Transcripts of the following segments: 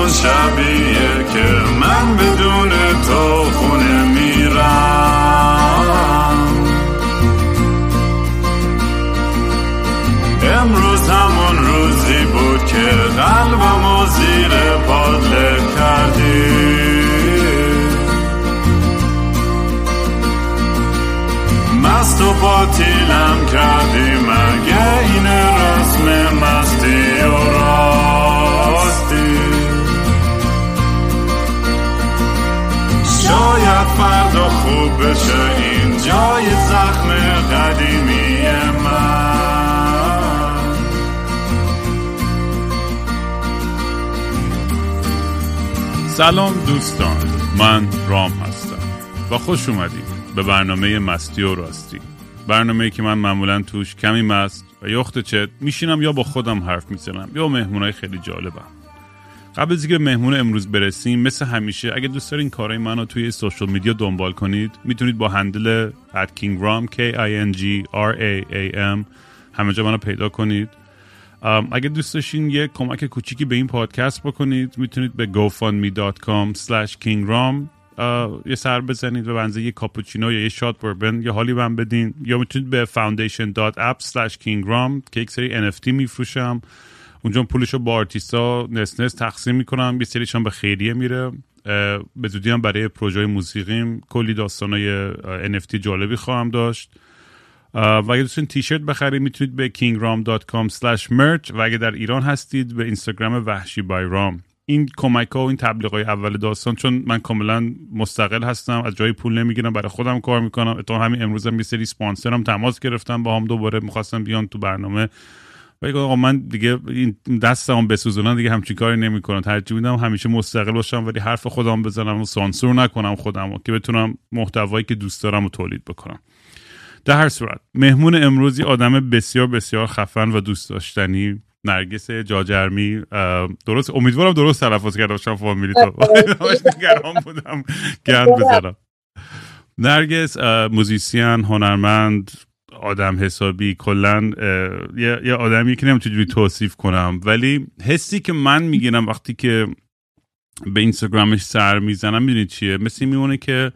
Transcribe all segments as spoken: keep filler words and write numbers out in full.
همون شبیه که من بدون تو خونه میرم. امروز همون روزی بود که قلبمو زیر پات له کردی. مست و باطیلم کردی، مگه این رسم مستی و راستی؟ شاید فردا خوب بشه این جای زخم قدیمی من. سلام دوستان، من رام هستم و خوش اومدید به برنامه مستی و راستی. برنامه‌ای که من معمولاً توش کمی مست و یخت چت میشینم یا با خودم حرف میزنم یا مهمونای خیلی جالبم. قبل از اینکه به مهمون امروز برسیم، مثل همیشه اگه دوست دارین کارهای منو توی سوشال میدیا دنبال کنید، میتونید با هندل ات کینگرام کی آی ان جی آر ای ای ام همه جا منو پیدا کنید. اگه دوست داشتین یه کمک کوچیکی به این پادکست بکنید، میتونید به گو فاند می دات کام اسلش کینگرام یه سر بزنید و بنزه یه کاپوچینو یا یه شات بوربن یا حالی من بدین، یا میتونید به فاوندیشن دات اپ اسلش کینگرام که یک سری ان اف تی میفروشم، اونجا پولشو با آرتیستا نس نس تقسیم میکنم، یه سریشان به خیریه میره. به زودی هم برای پروژه موسیقیم کلی داستانای ان اف تی جالبی خواهم داشت. و اگه دوستین تیشرت بخرید میتونید به کینگرام دات کام اسلش مرچ و اگه در ایران هستید به اینستاگرام وحشی بای رام. این کمک ها و این تبلیغ های اول داستان، چون من کاملا مستقل هستم، از جای پول نمیگیرم، برای خودم کار میکنم. تا همین امروز هم یه سری سپانسرم تماس گرفتم با هم، دوباره میخواستم بیان تو برنامه و بگم آقا من دیگه این دستم بسوزونم دیگه همچین کاری نمیکنم، ترجیح میدم همیشه مستقل باشم ولی حرف خودم بزنم و سانسور نکنم خودم که بتونم محتوایی که دوست دارم رو تولید بکنم. در هر صورت مهمون امروزی آدم بسیار بسیار خفن و دوست داشتنی، نرگس جاجرمی. درست امیدوارم درست تلفظ کرده باشم فامیلی تو. نگران بودم گند بزنم. نرگس موزیسین، هنرمند، آدم حسابی، کلن یه, یه آدمی که نمیتونم چجوری توصیف کنم، ولی حسی که من میگیرم وقتی که به اینستاگرامش سر میزنم میدونید چیه؟ مثل میمونه که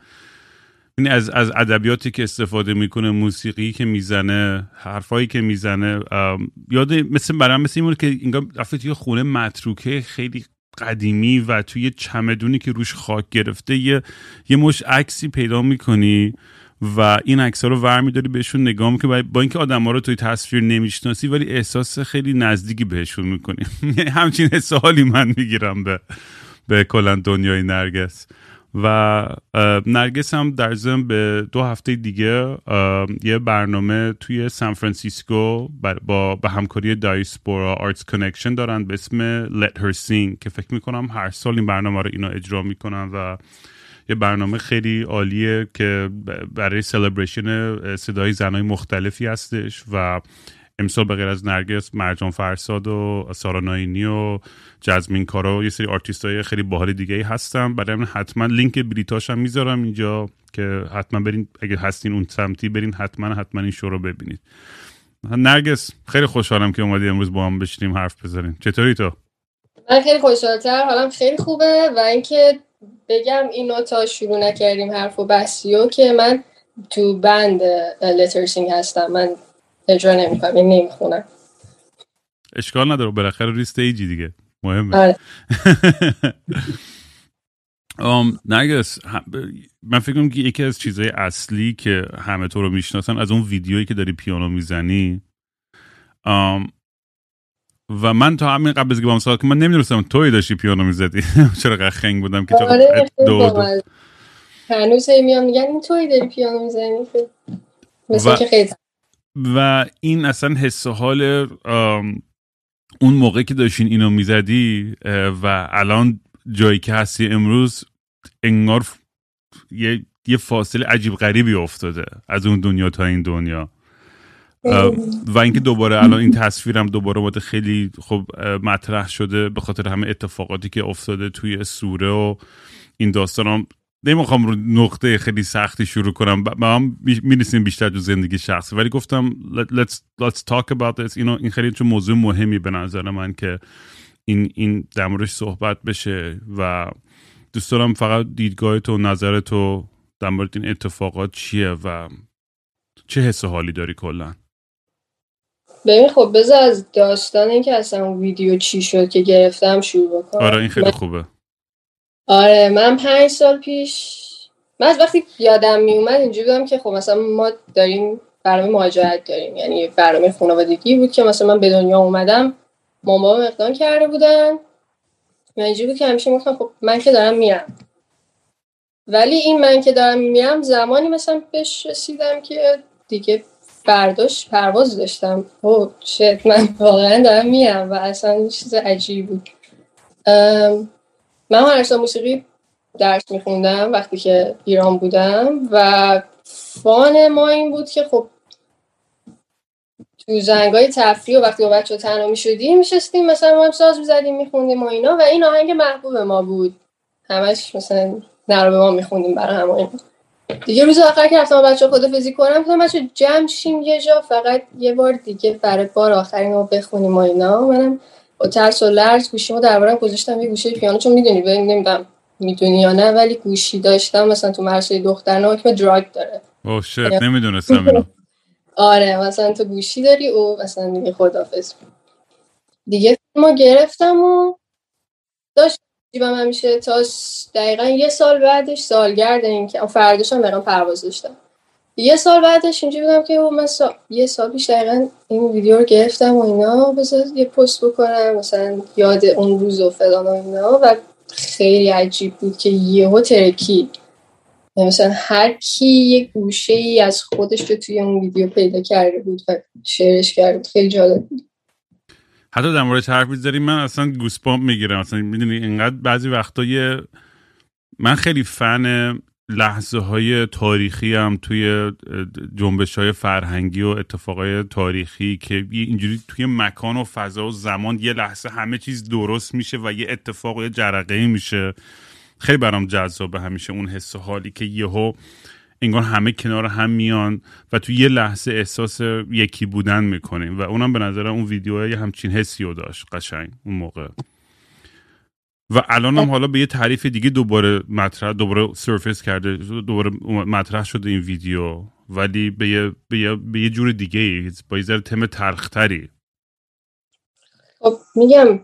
از از ادبیاتی که استفاده میکنه، موسیقی که میزنه، حرفایی که میزنه، یاد مثل برام مثل میمونه که انگار رفته توی خونه متروکه خیلی قدیمی و توی چمدونی که روش خاک گرفته یه یه مش عکسی پیدا میکنی و این عکس‌ها رو ورمی‌داری بهشون نگاه میکنی، با اینکه آدم‌ها رو توی تصویر نمیشناسی ولی احساس خیلی نزدیکی بهشون میکنی. همچین حس حالی من میگیرم به به کلا دنیای نرگس. و نرگس هم در ضمن به دو هفته دیگه یه برنامه توی سان فرانسیسکو با به همکاری دایسپورا آرتس کانکشن دارن به اسم Let Her Sing که فکر میکنم هر سال این برنامه رو اینا اجرا میکنن و یه برنامه خیلی عالیه که برای سلبریشن صدای زنای مختلفی هستش و امسال به غیر از نرگس، مرجان فرساد و سارا ناینی و جزمین کارا و یه سری آرتیستای خیلی باحال دیگه هستن. برای من حتما لینک بلیتاش هم میذارم اینجا که حتما برین، اگه هستین اون سمتی برین حتما حتما این شو رو ببینید. نرگس خیلی خوشحالم که اومدی امروز با هم بشینیم حرف بزنیم. چطوری تو؟ من خیلی خوشحالم، حالم خیلی خوبه و اینکه بگم اینو تا شروع نکردیم حرف و بحثیو که من تو بند لترسینگ هستم، من اجرا نمی کنم، این نمی خونم. اشکال نداره، بالاخره ریست ایجی دیگه مهمه. آره. نرگس، من فکر کنم که یکی از چیزهای اصلی که همه تو رو میشناسن از اون ویدیویی که داری پیانو میزنی و من تا همین قبل از که با هم صحبت کنم من نمیدونستم توی داشتی پیانو میزدی. چرا قد خنگ بودم که چرا دو دو هنوز میام میگن این توی داری پیانو میزنی مثلا که خیلی. و این اصلا حس و حال اون موقع که داشتین اینو میزدی و الان جایی که هستی امروز انگار یه, یه فاصله عجیب غریبی افتاده از اون دنیا تا این دنیا و اینکه دوباره الان این تصویرم دوباره باید خیلی خب مطرح شده به خاطر همه اتفاقاتی که افتاده توی سوره و این داستانم. نمیخوام رو نقطه خیلی سختی شروع کنم، با هم میرسیم بیشتر تو زندگی شخصی، ولی گفتم let's let's talk about this. اینو این خیلی چون موضوع مهمی به نظر من که این این در موردش صحبت بشه و دوست دارم فقط دیدگاه تو و نظر تو در مورد این اتفاقات چیه و چه حس و حالی داری کلا. ببین خب بذار از داستان این که اصلا اون ویدیو چی شد که گرفتم شروع بکنم. آره این خیلی من... خوبه. آره من پنج سال پیش من از وقتی یادم می اومد اینجوری بودم که خب مثلا ما داریم برنامه مهاجرت داریم، یعنی برنامه خانوادگی بود که مثلا من به دنیا اومدم مامانم اقدام کرده بودن و اینجوری بود که همیشه میگفتم خب من که دارم میرم، ولی این من که دارم میرم زمانی مثلا بهش رسیدم که دیگه برداشت پرواز داشتم. اوه شت من واقعا دارم میرم و اصلا چیز عجیبی بود. من هنرستان موسیقی درس میخوندم وقتی که ایران بودم و فان ما این بود که خب تو زنگای تفریح و وقتی با بچه ها تنها میشدیم میشستیم مثلا ما هم ساز میزدیم میخوندیم و اینا و این آهنگ محبوب ما بود، همش مثلا نرو به ما میخوندیم برای همه اینا. دیگه روز آخر که رفتم بچه ها خدافظی کنم گفتم بچه جمع شیم یه جا فقط یه بار دیگه برای بار آخری ما بخونیم و اینا. منم با ترس و لرز گوشیمو دربارم گذاشتم یه گوشه پیانو، چون میدونی ببین نمیدونم میدونی یا نه ولی گوشی داشتم مثلا تو مدرسه دخترانه حکم دراگ داره. اوه شت نمیدونستم اینو. آره مثلا تو گوشی داری و مثلا دیگه خدافظ دیگه ما گرفتم و داشت جیبم همیشه تا دقیقا یه سال بعدش سالگرد این که فرداش هم دقیقا پرواز داشتم. یه سال بعدش اینجوری بودم که من سا... یه سال پیش دقیقا این ویدیو رو گرفتم و اینا بذار یه پست بکنم مثلا یاد اون روز و فلان و اینا و خیلی عجیب بود که یهو ترکی مثلا هر کی یک گوشه ای از خودش رو توی اون ویدیو پیدا کرده بود و شیرش کرده بود. خیلی جالب بود. حتی در مورد حرف می‌زنی من اصلا گوسپامپ میگیرم. اصلا میدونی اینقدر بعضی وقتا یه من خیلی فن لحظه های تاریخی هم توی جنبش های فرهنگی و اتفاقای تاریخی که اینجوری توی مکان و فضا و زمان یه لحظه همه چیز درست میشه و یه اتفاق و یه جرقه‌ای میشه. خیلی برام جذابه همیشه اون حس و حالی که یهو انگار همه کنار هم میان و توی یه لحظه احساس یکی بودن میکنیم و اونم به نظرم اون ویدیوها یه همچین حسی رو داشت قشنگ اون موقع. و الان هم حالا به یه تعریف دیگه دوباره مطرح دوباره سرفیس کرده، دوباره مطرح شده این ویدیو، ولی به یه, به یه, به یه جور دیگه با یه ذره تم تلختری. خب میگم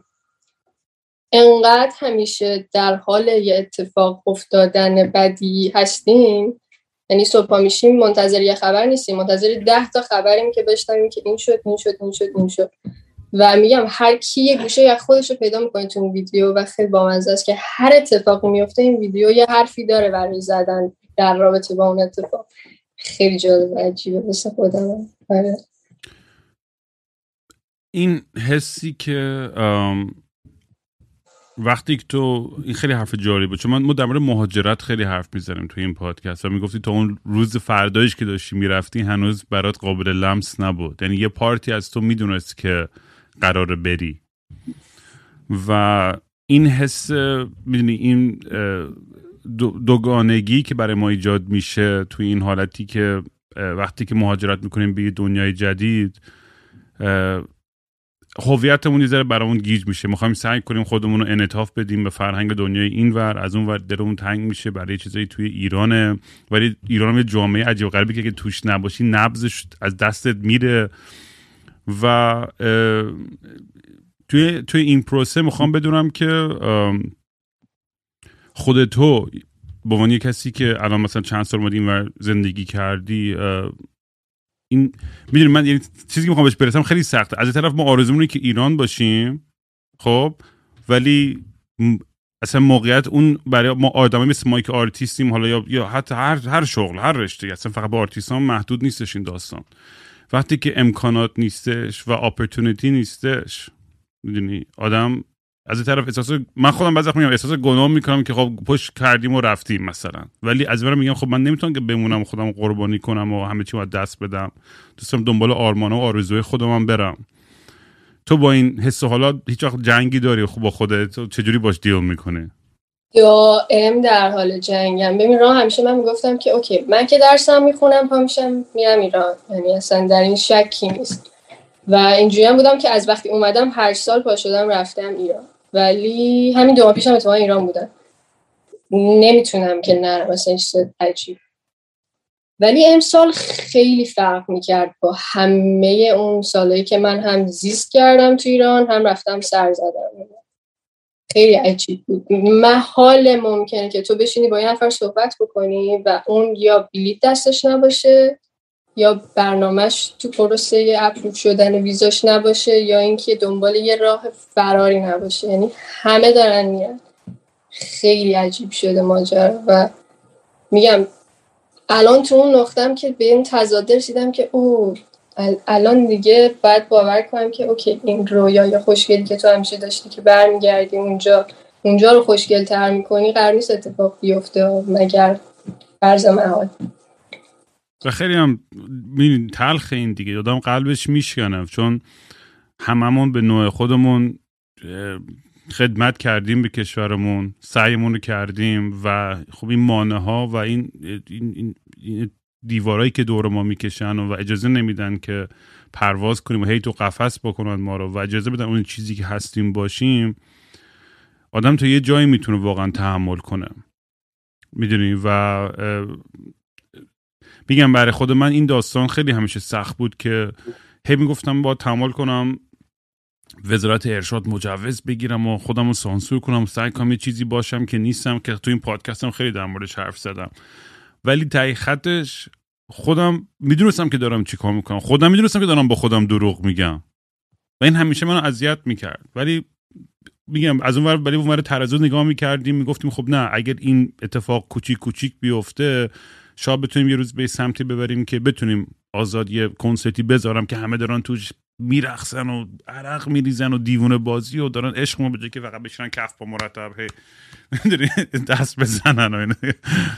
انقدر همیشه در حال یه اتفاق افتادن بدی هستیم، یعنی صبح میشیم منتظر یه خبر نیستیم، منتظر ده تا خبریم که بشنویم که این شد این شد این شد این شد و میگم هر کی یه گوشه از خودش رو پیدا میکنه تو اون ویدیو و خیلی بامزه است که هر اتفاقی میفته این ویدیو یه حرفی داره برای زدن در رابطه با اون اتفاق. خیلی جالب و عجیبه واسه خودم. آره این حسی که وقتی که تو این خیلی حرف جالبه، چون ما در مورد مهاجرت خیلی حرف میزنیم توی این پادکست و میگفتی تا اون روز فردایش که داشتی میرفتی هنوز برات قابل لمس نبود، یعنی یه پارتی از تو میدونست که قراره بری و این حس میدونی این دوگانگی که برای ما ایجاد میشه توی این حالتی که وقتی که مهاجرت میکنیم به یه دنیای جدید هویتمون یه ذره برامون گیج میشه، میخوایم سعی کنیم خودمون رو انعطاف بدیم به فرهنگ دنیای اینور، از اون ور دلمون تنگ میشه برای چیزایی توی ایرانه، ولی ایران هم یه جامعه عجیب غریبی که, که توش نباشی نبضش از دستت میره و توی توی این پروسه میخوام بدونم که خودت تو به عنوان کسی که الان مثلا چند سال اومدی اینور زندگی کردی، این میدونی من یعنی چیزی که میخوام بهش برسم خیلی سخته. از این طرف ما آرزومونه که ایران باشیم خب، ولی اصلا موقعیت اون برای ما آدمایی مثل ما که آرتیستیم حالا یا یا حتی هر هر شغل هر رشته اصلا فقط به آرتیستان محدود نیستش این داستان، وقتی که امکانات نیستش و اپورتونیتی نیستش میدونی آدم از این طرف احساس من خودم بعضی وقت میگم احساس گناه میکنم که خب پشت کردیم و رفتیم مثلا، ولی از اونم میگم خب من نمیتونم که بمونم خودم قربانی کنم و همه چی رو دست بدم، دوستم دنبال آرمانا و آرزوهای خودمم برم. تو با این حس و حالات هیچ وقت جنگی داری خب با خودت چجوری باش دیل میکنه؟ دائم در حال جنگم. ببین راه همیشه من میگفتم که اوکی من که درسم میخونم پا میشم میرم ایران، یعنی اصلا در این شکی نیست و اینجوری هم بودم که از وقتی اومدم هر سال پا شدم رفتم ایران ولی همین دو ماه پیشم اتفاقا ایران بودم. نمیتونم که نرم، مثلا این چیز عجیب. ولی امسال خیلی فرق میکرد با همه اون سالایی که من هم زیست کردم تو ایران هم رفتم سر زدم. خیلی عجیب بود. محال ممکنه که تو بشینی با یه نفر صحبت بکنی و اون یا بلیط دستش نباشه یا برنامهش تو پروسه اپروو شدن ویزاش نباشه یا اینکه دنبال یه راه فراری نباشه. یعنی همه دارن میرن. خیلی عجیب شده ماجرا و میگم الان تو اون نقطه‌ام که به این تضاد رسیدم که اوه الان دیگه باید باور کنم که اوکی این رویای خوشگلی که تو همیشه داشتی که برمیگردی اونجا اونجا رو خوشگل‌تر می‌کنی قرار نیست اتفاق بیفته مگر فرض محال. و خیلی هم می‌بینی تلخ این دیگه آدم قلبش میشکنه، چون هممون به نوع خودمون خدمت کردیم به کشورمون، سعیمون رو کردیم و خب این مانع‌ها و این, این, این, این دیوارایی که دور ما میکشن و اجازه نمیدن که پرواز کنیم و هی تو قفس بکنن ما رو و اجازه بدن اون چیزی که هستیم باشیم، آدم تا یه جایی میتونه واقعا تحمل کنه، میدونی. و میگم برای خود من این داستان خیلی همیشه سخت بود که هی میگفتم با تحمل کنم وزارت ارشاد مجوز بگیرم و خودم رو سانسور کنم و سعی کنم یه چیزی باشم که نیستم، که تو این پادکستم خیلی در موردش حرف زدم. ولی تای خطش خودم میدونستم که دارم چی کار میکنم، خودم میدونستم که دارم با خودم دروغ میگم و این همیشه منو اذیت میکرد. ولی میگم از اون ور ولی اون ور ترازو نگاه میکردیم میگفتیم خب نه، اگر این اتفاق کوچیک کوچیک بیفته شاید بتونیم یه روز به سمتی ببریم که بتونیم آزاد یه کنسرتی بذارم که همه دارن توش میرقصن و عرق میریزن و دیوونه بازی و دارن عشق ما بجای که فقط بشینن کف با مرتب هی دست بزنن و اینا.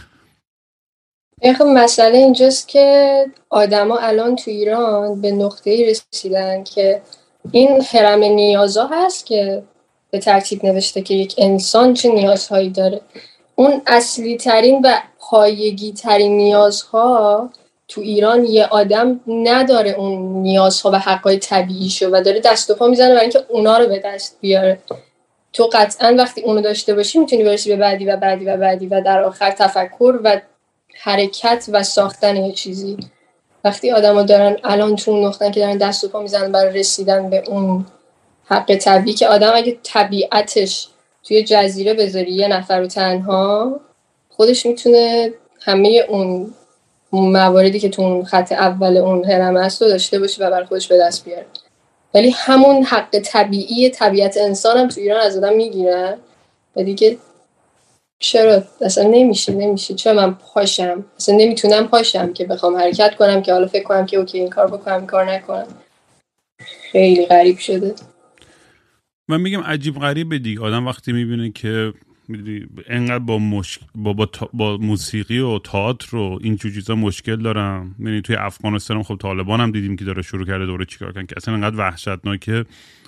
خب مسئله اینجاست که آدما الان تو ایران به نقطه‌ای رسیدن که این هرم نیازها هست که به ترتیب نوشته که یک انسان چه نیازهایی داره. اون اصلی ترین و پایگی ترین نیازها تو ایران یه آدم نداره اون نیازها و حقای طبیعیشو و داره دست و پا میزنه برای اینکه اونا رو به دست بیاره. تو قطعا وقتی اونو داشته باشی میتونی برسی به بعدی و بعدی و بعدی و در آخر تفکر و حرکت و ساختن یه چیزی. وقتی آدما دارن الان تو اون نقطه‌ن که دارن دست و پا میزنن برای رسیدن به اون حق طبیعی که آدم اگه طبیعتش توی جزیره بذاری یه نفر رو تنها، خودش میتونه همه اون مواردی که تو اون خط اول اون هرم هست رو داشته باشه و برای خودش به دست بیاره. ولی همون حق طبیعی طبیعت انسان هم تو ایران از آدم میگیرن و دیگه چرا اصلا نمیشه نمیشه چرا من پاشم اصلا نمیتونم پاشم که بخوام حرکت کنم که حالا فکر کنم که اوکی این کار بکنم این کار نکنم. خیلی غریب شده. من میگم عجیب غریبه دیگه. آدم وقتی میبینه که میدونی انقدر با مشک... با, با, تا... با موسیقی و تئاتر و این جور چیزا مشکل دارم. یعنی توی افغانستان خب طالبان هم دیدیم که داره شروع کرده دوره چیکار کردن که اصلا انقدر وحشتناکه.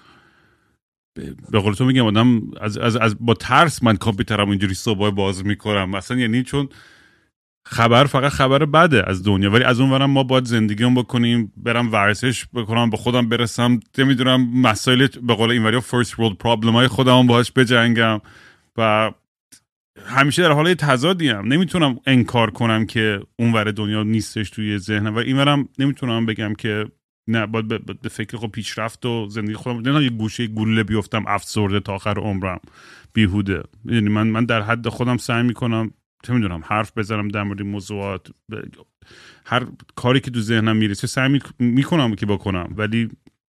به قول تو میگم آدم از, از, از با ترس من کامپیوترم اینجوری صبح باز میکنم مثلا، یعنی چون خبر فقط خبر بده از دنیا، ولی از اون ورم ما باید زندگیمون بکنیم، برم ورزش بکنم، به خودم برسم، نمیدونم مسائل به قول اینوریا فرست ورلد پرابلم های خودم باهاش بجنگم و همیشه در حال تضادیم. نمیتونم انکار کنم که اون ور دنیا نیستش توی ذهنم و اینورم نمیتونم بگم که نه باید به فکر خود پیشرفت و زندگی خودم نمیدونم یه گوشه گلوله بیفتم افسرده تا آخر عمرم بیهوده. یعنی من من در حد خودم سعی میکنم چه میدونم حرف بزنم در مورد موضوعات، هر کاری که تو ذهنم میرسه سعی میکنم که بکنم، ولی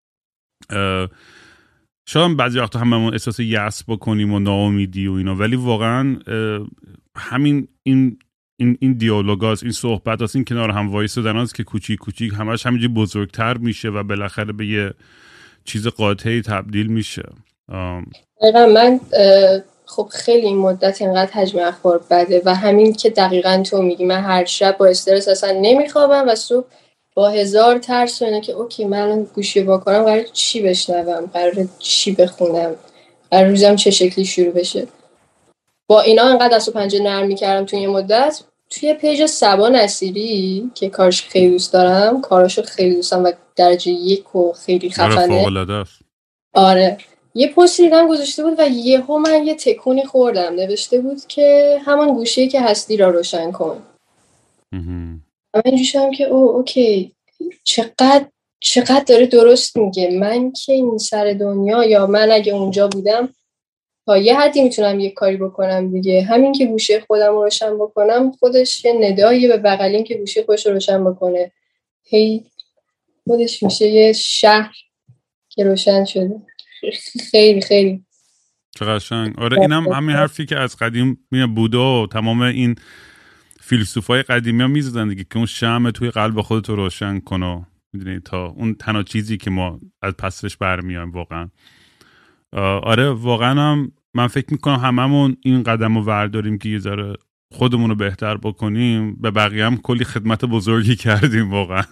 شاید بعضی وقتا هممون احساس یأس بکنیم و ناامیدی و اینا، ولی واقعا همین این این این دیالوگاست، این صحبتاست، این کنار هم وایسادناست که کوچیک کوچیک همش همینجوری بزرگتر میشه و بالاخره به یه چیز قاطعی تبدیل میشه. دقیقا من خب خیلی این مدت اینقدر حجم اخبار بده و همین که دقیقاً تو میگی من هر شب با استرس اصلا نمیخوابم و صبح با هزار ترس و اینا که اوکی من الان گوشی وا کنم قراره چی بشنوم، قراره چی بخونم، قراره روزم چه شکلی شروع بشه. با اینا انقدر دست و پنجه نرم میکردم توی یه مدت. توی پیج صبا نصیری که کارش خیلی دوست دارم، کاراشو خیلی دوست دارم و درجه یک و خیلی خفنه. آره آره یه پستی دیدم گذاشته بود و یهو من یه تکونی خوردم. نوشته بود که همان گوشه‌ای که هستی را روشن کن. من اینجوری شدم که او اوکی، چقدر چقدر داره درست میگه. من که این سر دنیا، یا من اگه اونجا بودم تا یه حدی میتونم یه کاری بکنم دیگه. همین که گوشه خودم رو روشن بکنم خودش یه نداییه به بغلیم که گوشه خودش رو روشن بکنه. هی خودش میشه یه شهر که روشن شده. خیلی خیلی چه قشنگ. آره اینم هم همین حرفی که از قدیم بودا و تمام این فیلسوفای قدیمی ها میزدن دیگه، که اون شمع توی قلب خودت رو روشن کن و میدونی تا اون تنها چیزی که ما از پسش برمیایم واقعا. آره واقعا هم من فکر میکنم هممون این قدم رو ورداریم که یه ذره خودمون رو بهتر بکنیم، به بقیه هم کلی خدمت بزرگی کردیم واقعا.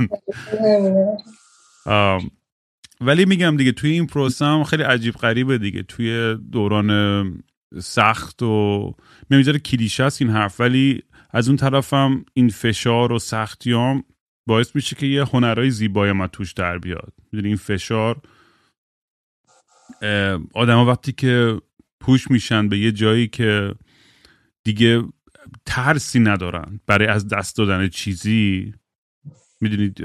ولی میگم دیگه توی این پروسه هم خیلی عجیب غریبه دیگه، توی دوران سخت و میذاره کلیشه است این حرف، ولی از اون طرف هم این فشار و سختیام باعث میشه که یه هنرهای زیبایی ما توش در بیاد. میدونی این فشار آدم ها وقتی که پوش میشن به یه جایی که دیگه ترسی ندارن برای از دست دادن چیزی، میدونید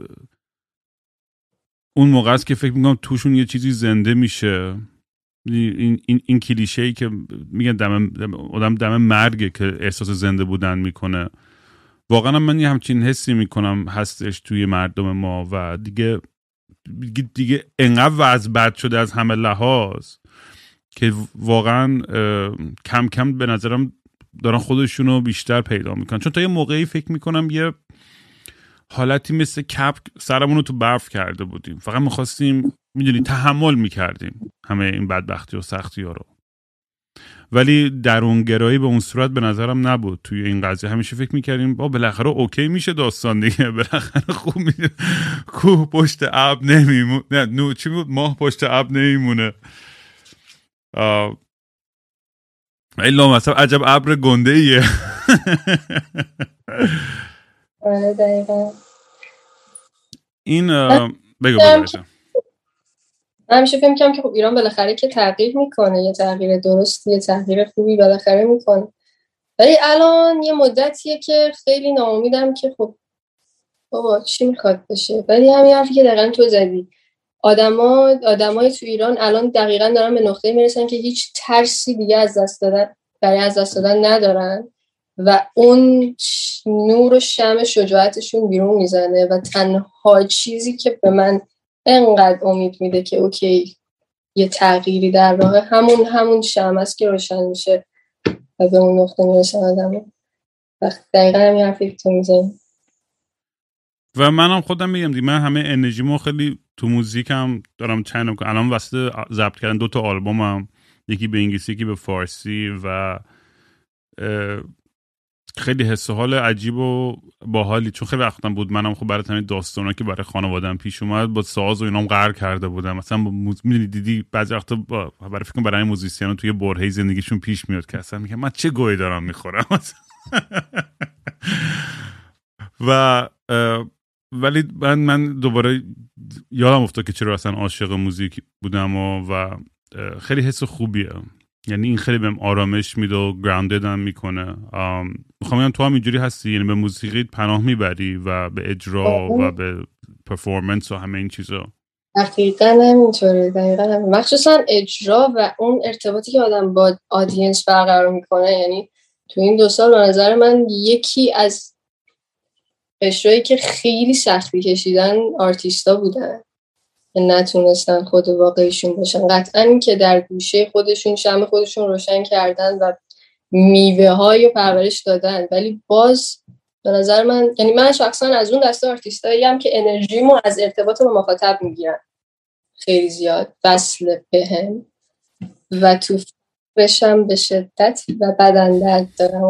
اون موقع است که فکر میکنم توشون یه چیزی زنده میشه. این این این کلیشه‌ای که میگن دم آدم دم مرگه که احساس زنده بودن میکنه، واقعا من یه همچین حسی میکنم هستش توی مردم ما و دیگه دیگه, دیگه انقدر وضع بد شده از همه لحاظ که واقعا کم کم به نظرم دارن خودشونو بیشتر پیدا میکنن. چون تا یه موقعی فکر میکنم یه حالتی مثل کپ سرمون رو تو برف کرده بودیم، فقط میخواستیم میدونی تحمل میکردیم همه این بدبختی و سختی ها رو، ولی درونگرایی به اون صورت به نظرم نبود توی این قضیه. همیشه فکر میکردیم با بالاخره اوکی میشه داستان دیگه، بالاخره خوب میشه، کوه پشت ابر نمیمونه، نه نو چی بود، ماه پشت ابر نمیمونه. ایلا مثلا عجب ابر گنده ایه. آره دقیقا. این بگو بگو من همیشه فکر می‌کنم که خب ایران بالاخره که تغییر میکنه، یه تغییر درستی، یه تغییر خوبی بالاخره میکنه، ولی الان یه مدتیه که خیلی ناامیدم که خب بابا چی میخواد بشه. ولی همین حرفی که دقیقاً تو زدی، آدما آدمای تو ایران الان دقیقاً دارن به نقطه‌ای میرسن که هیچ ترسی دیگه از دست دادن برای از دست دادن ندارن و اون نور و شمع شجاعتشون بیرون میزنه و تنها چیزی که به من انقدر امید میده که اوکی یه تغییری در راه، همون همون شمع است که روشن میشه و به اون نقطه میرسن آدم‌ها. وقت دقیقاً همین حرفی که تو میزنی. و منم خودم میگم دیگه، من همه انرژیمو خیلی تو موزیکم دارم چنل میکنم. الان واسه ضبط کردن دو تا آلبومم، یکی به انگلیسی یکی به فارسی، و خیلی حس و حال عجیب و باحالی، چون خیلی وقتم بود منم خب برای همین داستانا که برای خانواده‌ام پیش اومد با ساز و اینام قهر کرده بودم. مثلا موز... میدونی دیدی بعضی وقتا با... برای فکر کنم برای موزیسینا توی برهه زندگیشون پیش میاد که اصلا میگم من چه گویی دارم میخورم. و ولی من من دوباره یادم افتاد که چرا اصلا عاشق موزیک بودم و, و خیلی حس خوبیه، یعنی این خیلی بهم آرامش میده و گراونددم میکنه. میخوام بگم تو هم اینجوری هستی، یعنی به موسیقی پناه میبری و به اجرا و به پرفورمنس و همه این چیزا؟ دقیقاً همینطوره، دقیقاً همین. مخصوصا اجرا و اون ارتباطی که آدم با آدینس برقرار میکنه. یعنی تو این دو سال به نظر من یکی از قشرایی که خیلی سختی کشیدن آرتیستا بودن که نتونستن خود واقعیشون باشن. قطعاً این که در گوشه خودشون شمع خودشون روشن کردن و میوه های پرورش دادن، ولی باز به نظر من، یعنی من شخصا از اون دسته آرتیستایی ام که انرژیمو از ارتباط با مخاطب میگیرن خیلی زیاد، وصل بهم و تو بشم به شدت و بدن درد دارم.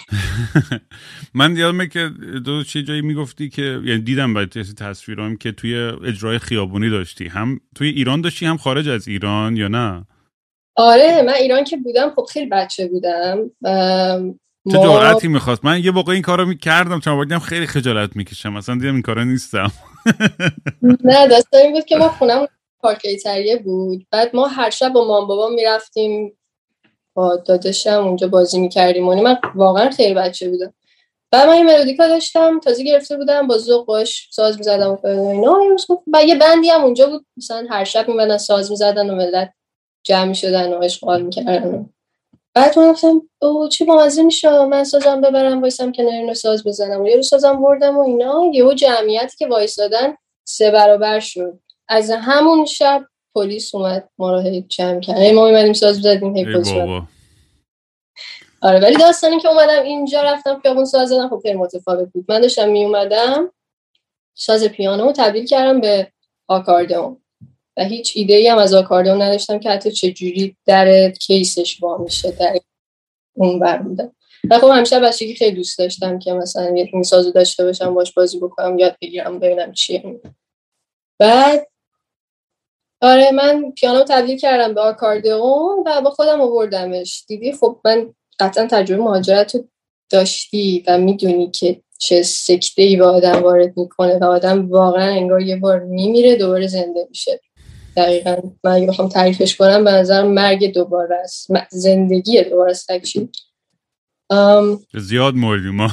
من یادمه که دو چه جایی میگفتی که یعنی دیدم باید تصویرام که توی اجرای خیابونی داشتی، هم توی ایران داشتی هم خارج از ایران یا نه؟ آره من ایران که بودم خب خیلی بچه بودم. چه جرأتی میخواست؟ من یه واقعا این کارو میکردم، چون دیدم خیلی خجالت میکشم، مثلا دیدم این کارا نیستم. نه داستان این بود که ما خونم پارک ایتریه بود. بعد ما هر شب با مام بابا میرفتیم با داداشم اونجا بازی میکردیم و من واقعا خیلی بچه بودم. بعد من یه ملودیکا داشتم تازه گرفته بودم با ذوق باش ساز میزدم و اینا. بعد یه بندی هم اونجا بود مثلا هر شب میمدن ساز میزدن و ملت جمع میشدن و اشغال میکردن. بعد من گفتم اوه چه بامزه میشه من سازم ببرم وایسم کنار اینو ساز بزنم. یه روز سازم بردم و اینا یهو جمعیتی که وایسادن سه برابر شد. از همون شب پلیس اومد ما رو هی جمع کرد. ما اومدیم ساز بزدیم هی پلیس اومد. آره ولی داستانی که اومدم اینجا رفتم خیابون ساز زدم خب خیلی متفاوت بود. من داشتم می اومدم ساز پیانو تبدیل کردم به آکاردئون و هیچ ایده‌ای هم از آکاردئون نداشتم که حتی چه جوری در کیسش وا میشه در اون بر بودم. و خب همیشه بچگی خیلی دوست داشتم که مثلا یه این سازو داشته باشم باش بازی بکنم یاد بگیرم ببینم چیه. بعد آره من پیانو تبدیل کردم به آکاردئون و با خودم آوردمش. دیدی خب من قطعا تجربه مهاجرت رو داشتی و میدونی که چه سکته‌ای به آدم وارد میکنه و آدم واقعا انگار یه بار میمیره دوباره زنده میشه. دقیقاً من اگه بخوام تعریفش کنم به نظر مرگ دوباره است، زندگی دوباره است. اکچولی ام زیاد مردیم ما.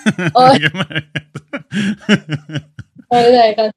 آره دقیقاً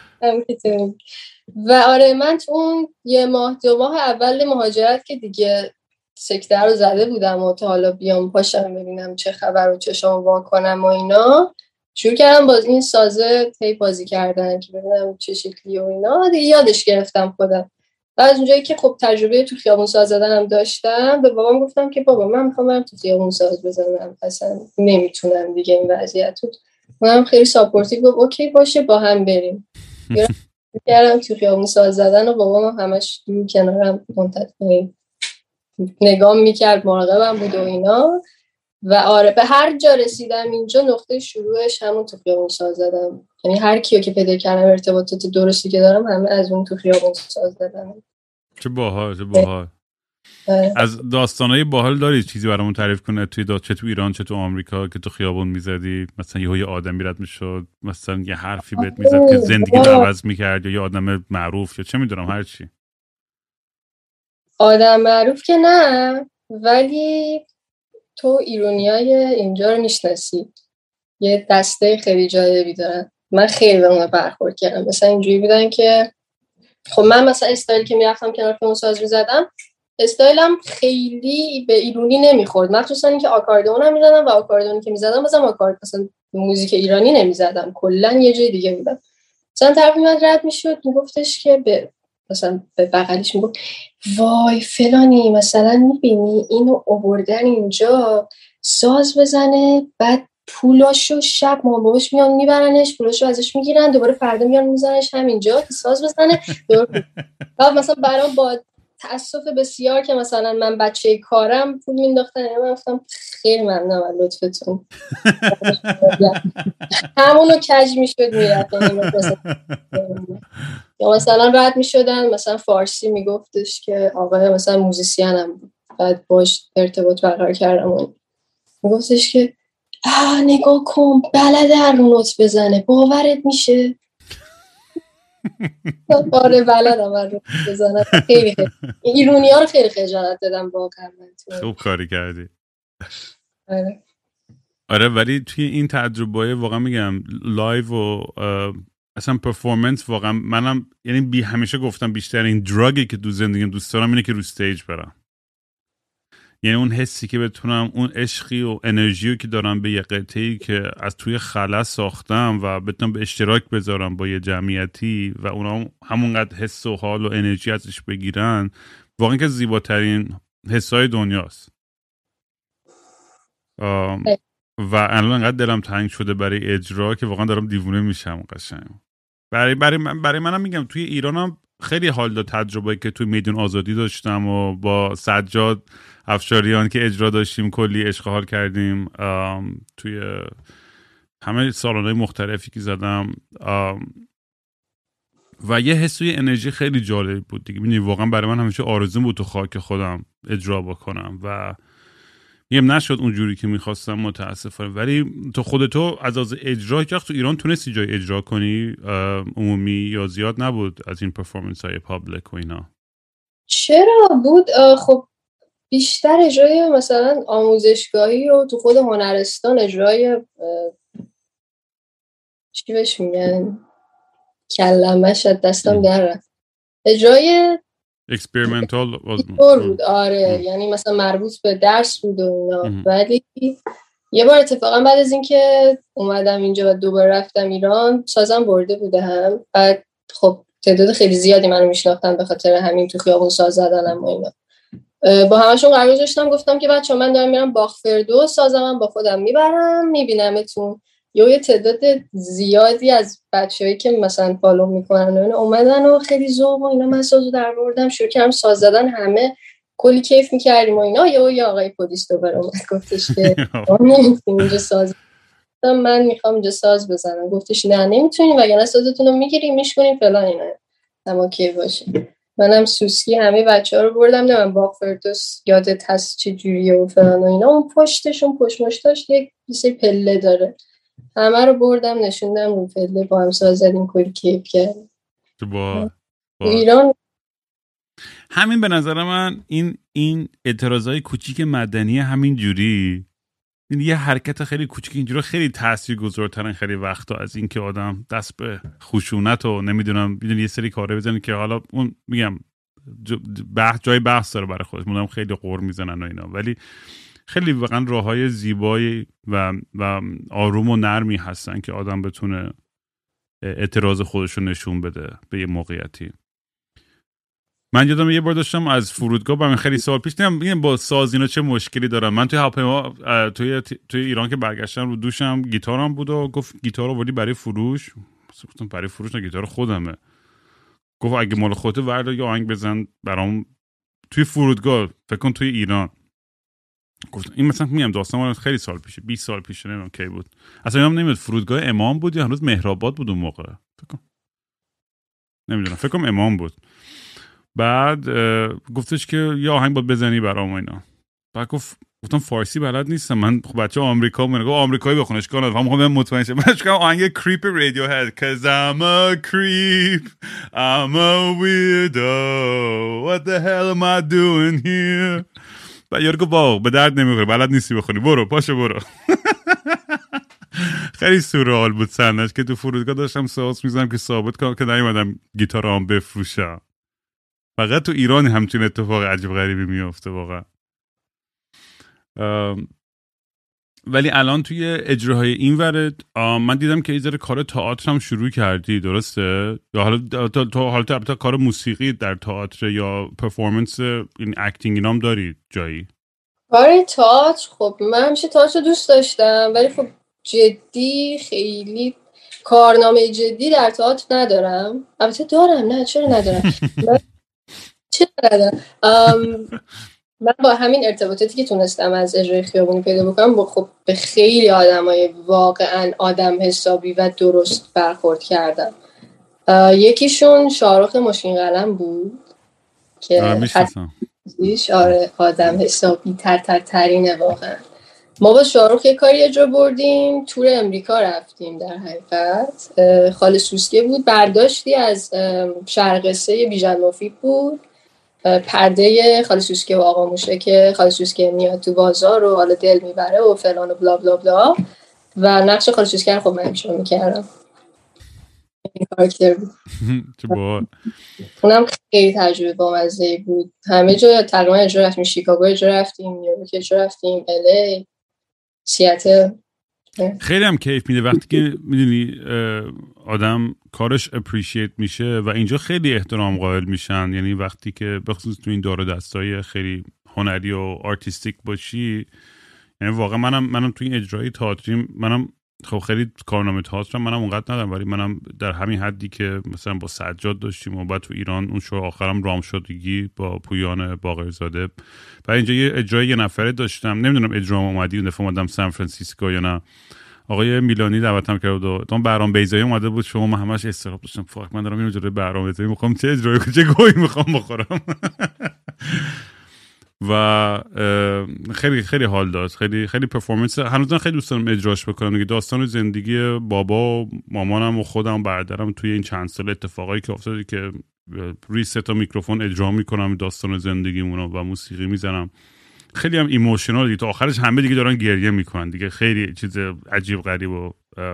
و آره من تو اون یه ماه دو ماه اول مهاجرت که دیگه سکته رو زده بودم و تا حالا بیام پاشم ببینم چه خبر و چشام وا کنم و اینا شروع کردم باز این سازه تی بازی کردن که ببینم چه شکلی و اینا دیگه یادش گرفتم خودم. و از اونجایی که خب تجربه تو خیابون ساز زدنم داشتم به بابام گفتم که بابا من میخوام برم تو خیابون ساز بزنم اصلا نمیتونم دیگه این وضعیت رو. منم خیلی ساپورتیو گفت اوکی باشه با هم بریم. کردم تو خیابون ساز زدن و بابام همش دور کنارم منتظر نگاه میکرد مراقبم بود و اینا. و آره به هر جا رسیدم اینجا نقطه شروعش همون تو خیابون ساز زدم. یعنی هر کیو که پیدا کردم ارتباطات درستی که دارم همه از اون تو خیابون ساز زدم. چه باحال چه باحال. از داستانای باحال داری چیزی برامون تعریف کنه توی دا... چه تو ایران چه تو آمریکا که تو خیابون میزدی مثلا یهو یه آدمی رد میشد مثلا یه حرفی بهت میزد که زندگی رو عوض میکرد یا یه آدم معروف یا چه میدونم هر چی؟ آدم معروف که نه ولی تو ایرونیای اینجا رو میشناسی یه دسته خیلی جالبی دارن. من خیلی به اون برخورد کردم. مثلا اینجوری بودن که خب من مثلا استایل که میرفتم کنار که اون ساز میزدم استایلم خیلی به ایرونی نمیخورد مخصوصا اینکه آکاردئون هم میزدم و آکاردئونی که میزدم مثلا آکارد مثلا موزیک ایرانی نمیزدم کلا یه جای دیگه بودم. مثلا طرف میاد رد میشد میگفتش که به مثلا به بغلیش میگفت وای فلانی مثلا میبینی اینو آوردن اینجا ساز بزنه بعد پولاشو شب مامان باباش میان میبرنش پولاشو ازش میگیرن دوباره فردا میان میزننش همینجا که ساز بزنه. بعد مثلا برام با تأسف بسیار که مثلا من بچه کارم پول مینداختن من گفتم خیلی ممنونم از لطفتون. همونو کج میشد میرفت. یا مثلا رد میشدن مثلا فارسی میگفتش که آقای مثلا موزیسینم بود بعد باش ارتباط برقرار کردم و میگفتش که آه نگاه کن بلده هر رو نوت بزنه باورت میشه. آره بلدم هر رو بزنه. خیلی خیلی ایرونی ها رو خیلی خجالت دادم واقعا. خوب کاری کردی. آره آره ولی توی این تجربه واقعا میگم لایو و اصلا پرفورمنس واقعا منم یعنی بی همیشه گفتم بیشتر این دراگی که تو زندگیم دوست دارم اینه که رو استیج برم. یعنی اون حسی که بتونم اون عشقی و انرژیو که دارم به یه قطعه‌ای که از توی خلا ساختم و بتونم به اشتراک بذارم با یه جمعیتی و اونا همونقدر حس و حال و انرژی ازش بگیرن واقعا که زیباترین حسای دنیاست. و الان انقدر دلم تنگ شده برای اجرا که واقعا دارم دیوونه میشم قشنگ. برای برای من برای منم میگم توی ایرانم خیلی حال داد تجربه‌ای که توی میدون آزادی داشتم و با سجاد افشاریان که اجرا داشتیم کلی عشق حال کردیم توی همه سالن‌های مختلفی که زدم و یه حس و یه انرژی خیلی جالب بود دیگه. می‌دونی واقعا برای من همیشه آرزو بود تو خاک خودم اجرا بکنم و یم نشد اونجوری که میخواستم متاسفانه. ولی تو خودتو از از اجرا که تو ایران تونستی جای اجرا کنی عمومی یا زیاد نبود از این پرفورمنس های پابلیک و اینا؟ چرا بود؟ خب بیشتر اجرای مثلا آموزشگاهی و تو خود هنرستان اجرای چی بهش میگن کلمه شد دستم در رفت اجرای اکسپریمنتال بود. آره ام. یعنی مثلا مربوط به درس بود و اینا. ولی یه بار اتفاقا بعد از اینکه اومدم اینجا و دوباره رفتم ایران سازم برده بوده هم. بعد خب تعداد خیلی زیادی منو میشناختن به خاطر همین تو خیابون ساز زدنم و اینا. با همشون قرار گذاشتم گفتم که بچه‌ها من دارم میرم باغ فردوس سازم با خودم میبرم میبینمتون. یه تعداد زیادی از بچه‌هایی که مثلا فالو میکنن و اومدن و خیلی ذوق و اینا من سازو درآوردم شروع کردم ساز زدن همه کلی کیف میکردیم و اینا. یه یه آقای پلیس دوباره اومد گفتش که اینجا ساز من میخوام اینجا ساز بزنم. گفتش نه نمیتونین وگرنه سازتون رو میگیریم میشکنیم فلان اینا. اما کی باشه منم سوسکی همه بچه‌ها رو بردم نه من باغ فردوس یادت هست چه جوریه و فلان و اینا. اون پشتشون پشت مشتاش یک سری پله داره همه رو بردم نشوندم رو پله با هم ساز زدیم کلی کیف کردیم. با ایران همین به نظر من این این اعتراضای کوچیک مدنی همین جوری این یه حرکت خیلی کوچیک اینجوری خیلی تاثیرگذارترن خیلی وقتا از این که آدم دست به خشونت و نمیدونم میدونی یه سری کاره بزنه که حالا اون میگم بحث جای بحث داره برای خودش مودم خیلی قور میزنن و اینا. ولی خیلی واقعا راههای زیبایی و و آروم و نرمی هستن که آدم بتونه اعتراض خودش رو نشون بده به یه موقعیتی. من یادم یه بار داشتم از فرودگاه با من خیلی سال پیش نمیدونم با ساز اینا چه مشکلی دارم. من توی هواپیما توی توی ایران که برگشتم رو دوشم گیتارم بود و گفت گیتار آوردی برای فروش؟ گفتم برای فروش نه گیتار خودمه. گفت اگه مال خودت وردا یه آهنگ بزن برام توی فرودگاه فکر کن توی ایران. گفتم این مثلا میگم داستان خیلی سال پیشه بیست سال پیشه نمیدونم کی بود اصلا یادم نمیاد فرودگاه امام بود یا هنوز مهرآباد بود اون موقع فکر کنم نمیدونم فکر کنم امام بود. بعد گفتش که یه آهنگ باید بزنی برام اینا. بعد گفت گفتم فارسی بلد نیستم من خب بچه آمریکا من گفت آمریکایی بخونش کنه هم میخوام مطمئن شم. من گفتم آهنگ کریپ رادیو هد cuz I'm a creep I'm a weirdo what the hell am I doing here. بعد یارو گفت واو به درد نمیخوره بلد نیستی بخونی برو پاشو برو. خیلی سورئال بود صحنه‌اش که تو فرودگاه داشتم ساز میزنم که ثابت کنم که نیومدم گیتارام بفروشم. فقط تو ایران همچین اتفاق عجیب غریبی میفته واقعا. ولی الان توی اجراهای این ورد من دیدم که ایذاره کار تئاتر هم شروع کردی درسته؟ یا حالا تو حالا تا کار موسیقی در تئاتر یا پرفورمنس این اکتینگ اینام داری جایی؟ آره تئاتر خب من همیشه تئاتر دوست داشتم ولی خب جدی خیلی کارنامه جدی در تئاتر ندارم. البته دارم نه چرا ندارم چرا ندارم من با همین ارتباطاتی که تونستم از اجرای خیابونی پیدا بکنم با خب به خیلی آدمای واقعا آدم حسابی و درست برخورد کردم. یکیشون شاهرخ مشکین قلم بود که آره آدم حسابی تر تر ترینه واقعا. ما با شاهرخ یه کاری اجرا بردیم تور امریکا رفتیم در حقیقت. خاله سوسکه بود برداشتی از شرقصه بیژن مفید بود پرده خاله سوسکه و آقا موشه که خاله سوسکه میاد تو بازار و حالا دل میبره و فلان و بلا بلا بلا و نقش خاله سوسکه رو خب من اجرا میکردم. این کاراکتر بود. چه باحال. اونم خیلی تجربه بامزه بود. همه جا تقریبا اجرا رفتیم. شیکاگو اجرا رفتیم، نیویورک اجرا رفتیم، ال ای، سیاتل. خیلی هم کیف میده وقتی که میدونی آدم کارش اپریشیت میشه و اینجا خیلی احترام قائل میشن. یعنی وقتی که بخصوص تو این دار و دستای خیلی هنری و آرتیستیک باشی یعنی واقعا منم منم تو این اجرای تئاتری منم خب خیلی کارنامه تئاتر منم اونقدر ندارم ولی منم در همین حدی که مثلا با سجاد داشتیم و بعد تو ایران اون شو آخرم رام شدگی با پویان باقرزاده و اینجا یه اجرای یه نفره داشتم. نمیدونم اجرام اومدی اون دفعه اومدم سان فرانسیسکو یا نه. آقای میلانی دعوتم کرد و اون برام بیزایی اومده بود شما من همش استراب داشتم فاک من دارم اینو جوری برام بیزایی میخوام چه اجرایی چه گویی میخوام بخورم. و خیلی خیلی حال داد، خیلی خیلی پرفورمنس. هنوزم خیلی دوست دارم اجراش بکنم دیگه. داستان زندگی بابا و مامانم و خودم و برادرم توی این چند سال اتفاقایی که افتاده که روی سه تا میکروفون اجرا میکنم داستان زندگیمونو و موسیقی میزنم. خیلی هم ایموشنال دیگه. تا آخرش همه دیگه دارن گریه میکنن دیگه. خیلی چیز عجیب غریب و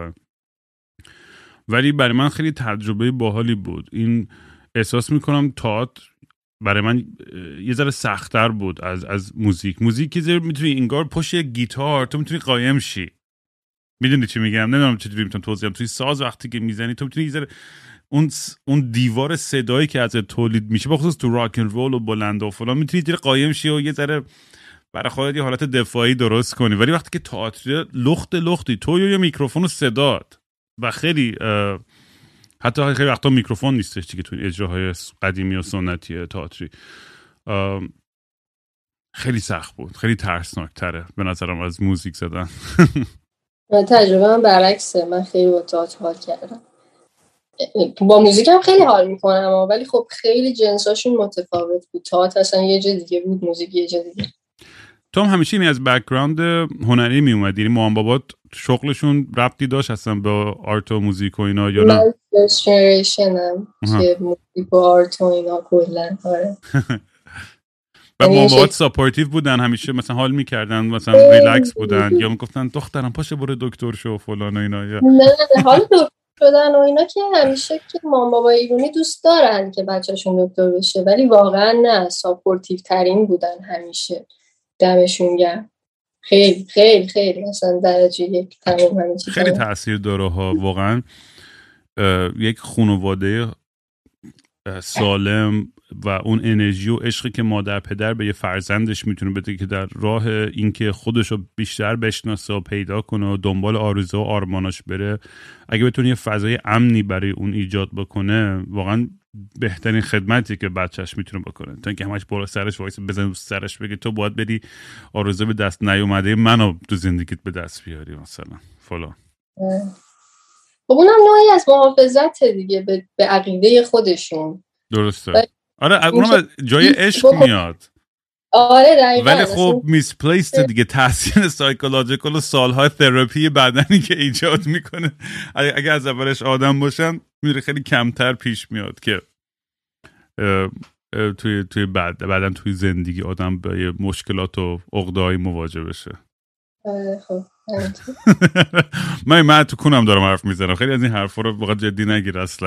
ولی برای من خیلی تجربه باحالی بود. این احساس میکنم تئاتر برای من یه ذره سخت‌تر بود از از موزیک. موزیک یه ذره میتونی انگار پشت گیتار تو میتونی قایم شی. میدونی چی میگم؟ نمیدونم چطوری میتونم توضیح بدم. توی ساز وقتی که میزنی تو میتونی یه ذره اون اون دیوار صدایی که از تولید میشه، بخصوص تو راک اند رول و بلند و فلان، میتونی یه ذره قایم شی و یه ذره برای خودت یه حالت دفاعی درست کنی. ولی وقتی که تئاتر لخت لختی تو یا میکروفون و صدات و خیلی حتی خیلی وقتا میکروفون نیستش دیگه تو اجراهای قدیمی و سنتی تئاتری، خیلی سخت بود، خیلی ترسناک تره به نظرم از موزیک زدن. تجربه من برعکسه، من خیلی با تئاتر حال کردم. با موزیک هم خیلی حال میکنم ولی خب خیلی جنساشون متفاوت بود. تئاتر اصلا یه جا دیگه بود، موزیک یه جا دیگه. تو هم همیشه این از بک‌گراند هنری می اومدی؟ یعنی مام بابات شغلشون ربطی داشت اصلا با آرت و موزیک و اینا یا نه؟ من فرست جنریشنم که موزیک و آرت و اینا کلا. آره. و مام بابات ساپورتیو بودن همیشه، مثلا حال میکردن، مثلا ریلکس بودن یا میگفتن دخترم پاشه برو دکتر شو فلان و اینا؟ یا نه نه حال دکتر شدن و اینا که همیشه که مام بابا ایرانی دوست دارن که بچه‌شون دکتر بشه، ولی واقعا نه، ساپورتیو ترین بودن همیشه. دمشون گرم. خیلی خیلی خیلی مثلا درجه یک تمام همه چیز خیلی تأثیر داره ها واقعا. یک خانواده سالم و اون انرژی و عشقی که مادر پدر به یه فرزندش میتونه بده که در راه اینکه خودش رو بیشتر بشناسه و پیدا کنه و دنبال آرزو و آرماناش بره، اگه بتونه یه فضای امنی برای اون ایجاد بکنه، واقعا بهترین خدمتی که بچهش میتونه بکنه. تا اینکه همش بالا سرش وایس بزنه رو سرش بگه تو باید بری آرزو به دست نیومده منو تو زندگیت به دست بیاری مثلا فلان. خب اونم نوعی از محافظت دیگه به, به عقیده خودشون. درسته. آره اونم جای عشق میاد. آره دقیقاً. ولی خب میسپلیست دیگه، تاثیر سایکولوژیکال و سالهای تراپی بدنی که ایجاد میکنه اگه از اولش آدم باشن میره خیلی کمتر پیش میاد که اه اه توی توی بعد بعدن توی زندگی آدم با مشکلات و عقده‌ای مواجه بشه. آره خب من من تو کونم دارم حرف میزنم، خیلی از این حرفا رو واقعا جدی نگیر اصلا.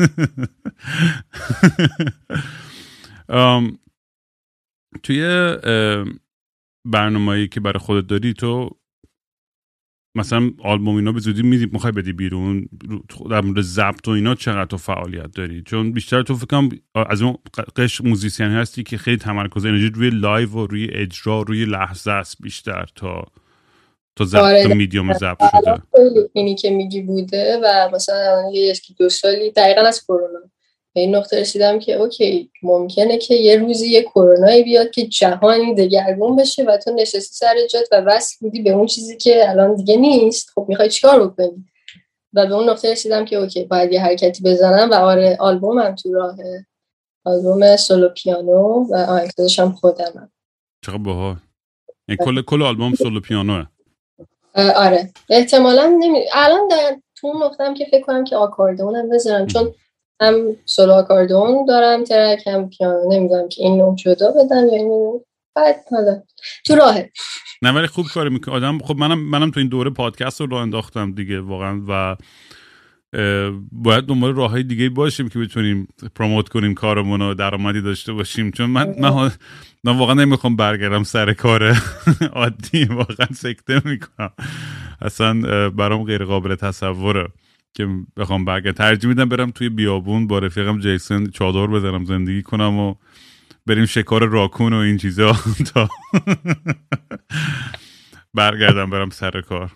توی برنامه‌ای که برای خودت داری تو مثلا آلبوم اینا به زودی میدی میخوای بدی بیرون، در مورد ضبط و اینا چقدر تو فعالیت داری؟ چون بیشتر تو فکر کنم از اون قش موزیسین هستی که خیلی تمرکز انرژی روی لایو و روی اجرا روی لحظه است بیشتر تا تا ضبط آره و میدیوم ضبط شده. اینی که میگی بوده و مثلا یه یکی دو سالی دقیقاً از کرونا به این نقطه رسیدم که اوکی ممکنه که یه روزی یه کرونایی بیاد که جهانی دگرگون بشه و تو نشستی سر جات و وصل بودی به اون چیزی که الان دیگه نیست. خب میخوای چیکار بکنی؟ و به اون نقطه رسیدم که اوکی باید یه حرکتی بزنم و آره آلبومم تو راهه، آلبوم سولو پیانو و آهنگسازش هم خودمم. چقدر باحال. این کل کل آلبوم سولو پیانوه؟ آره احتمالاً نمی الان در تو اون نقطه‌ام که فکر کنم که آکاردئونم بذارم، چون هم سولو آکاردئون دارم ترک هم پیانو، نمیدونم که این نوع جدا بدم یا این بعد حالا تو راهه. نه ولی خوب کاری میکنه آدم. خب منم منم تو این دوره پادکست رو راه انداختم دیگه واقعا و باید دنبال راههای دیگه باشیم که بتونیم پروموت کنیم کارمون و درآمدی داشته باشیم، چون من من, من واقعا نمیخوام برگردم سر کار عادی، واقعا سکته میکنم، اصلا برام غیر قابل تصوره که بخوام برگردم. ترجیح میدم برم توی بیابون با رفیقم جیسون چادر بزنم زندگی کنم و بریم شکار راکون و این چیزا تا برگردم برم سر کار.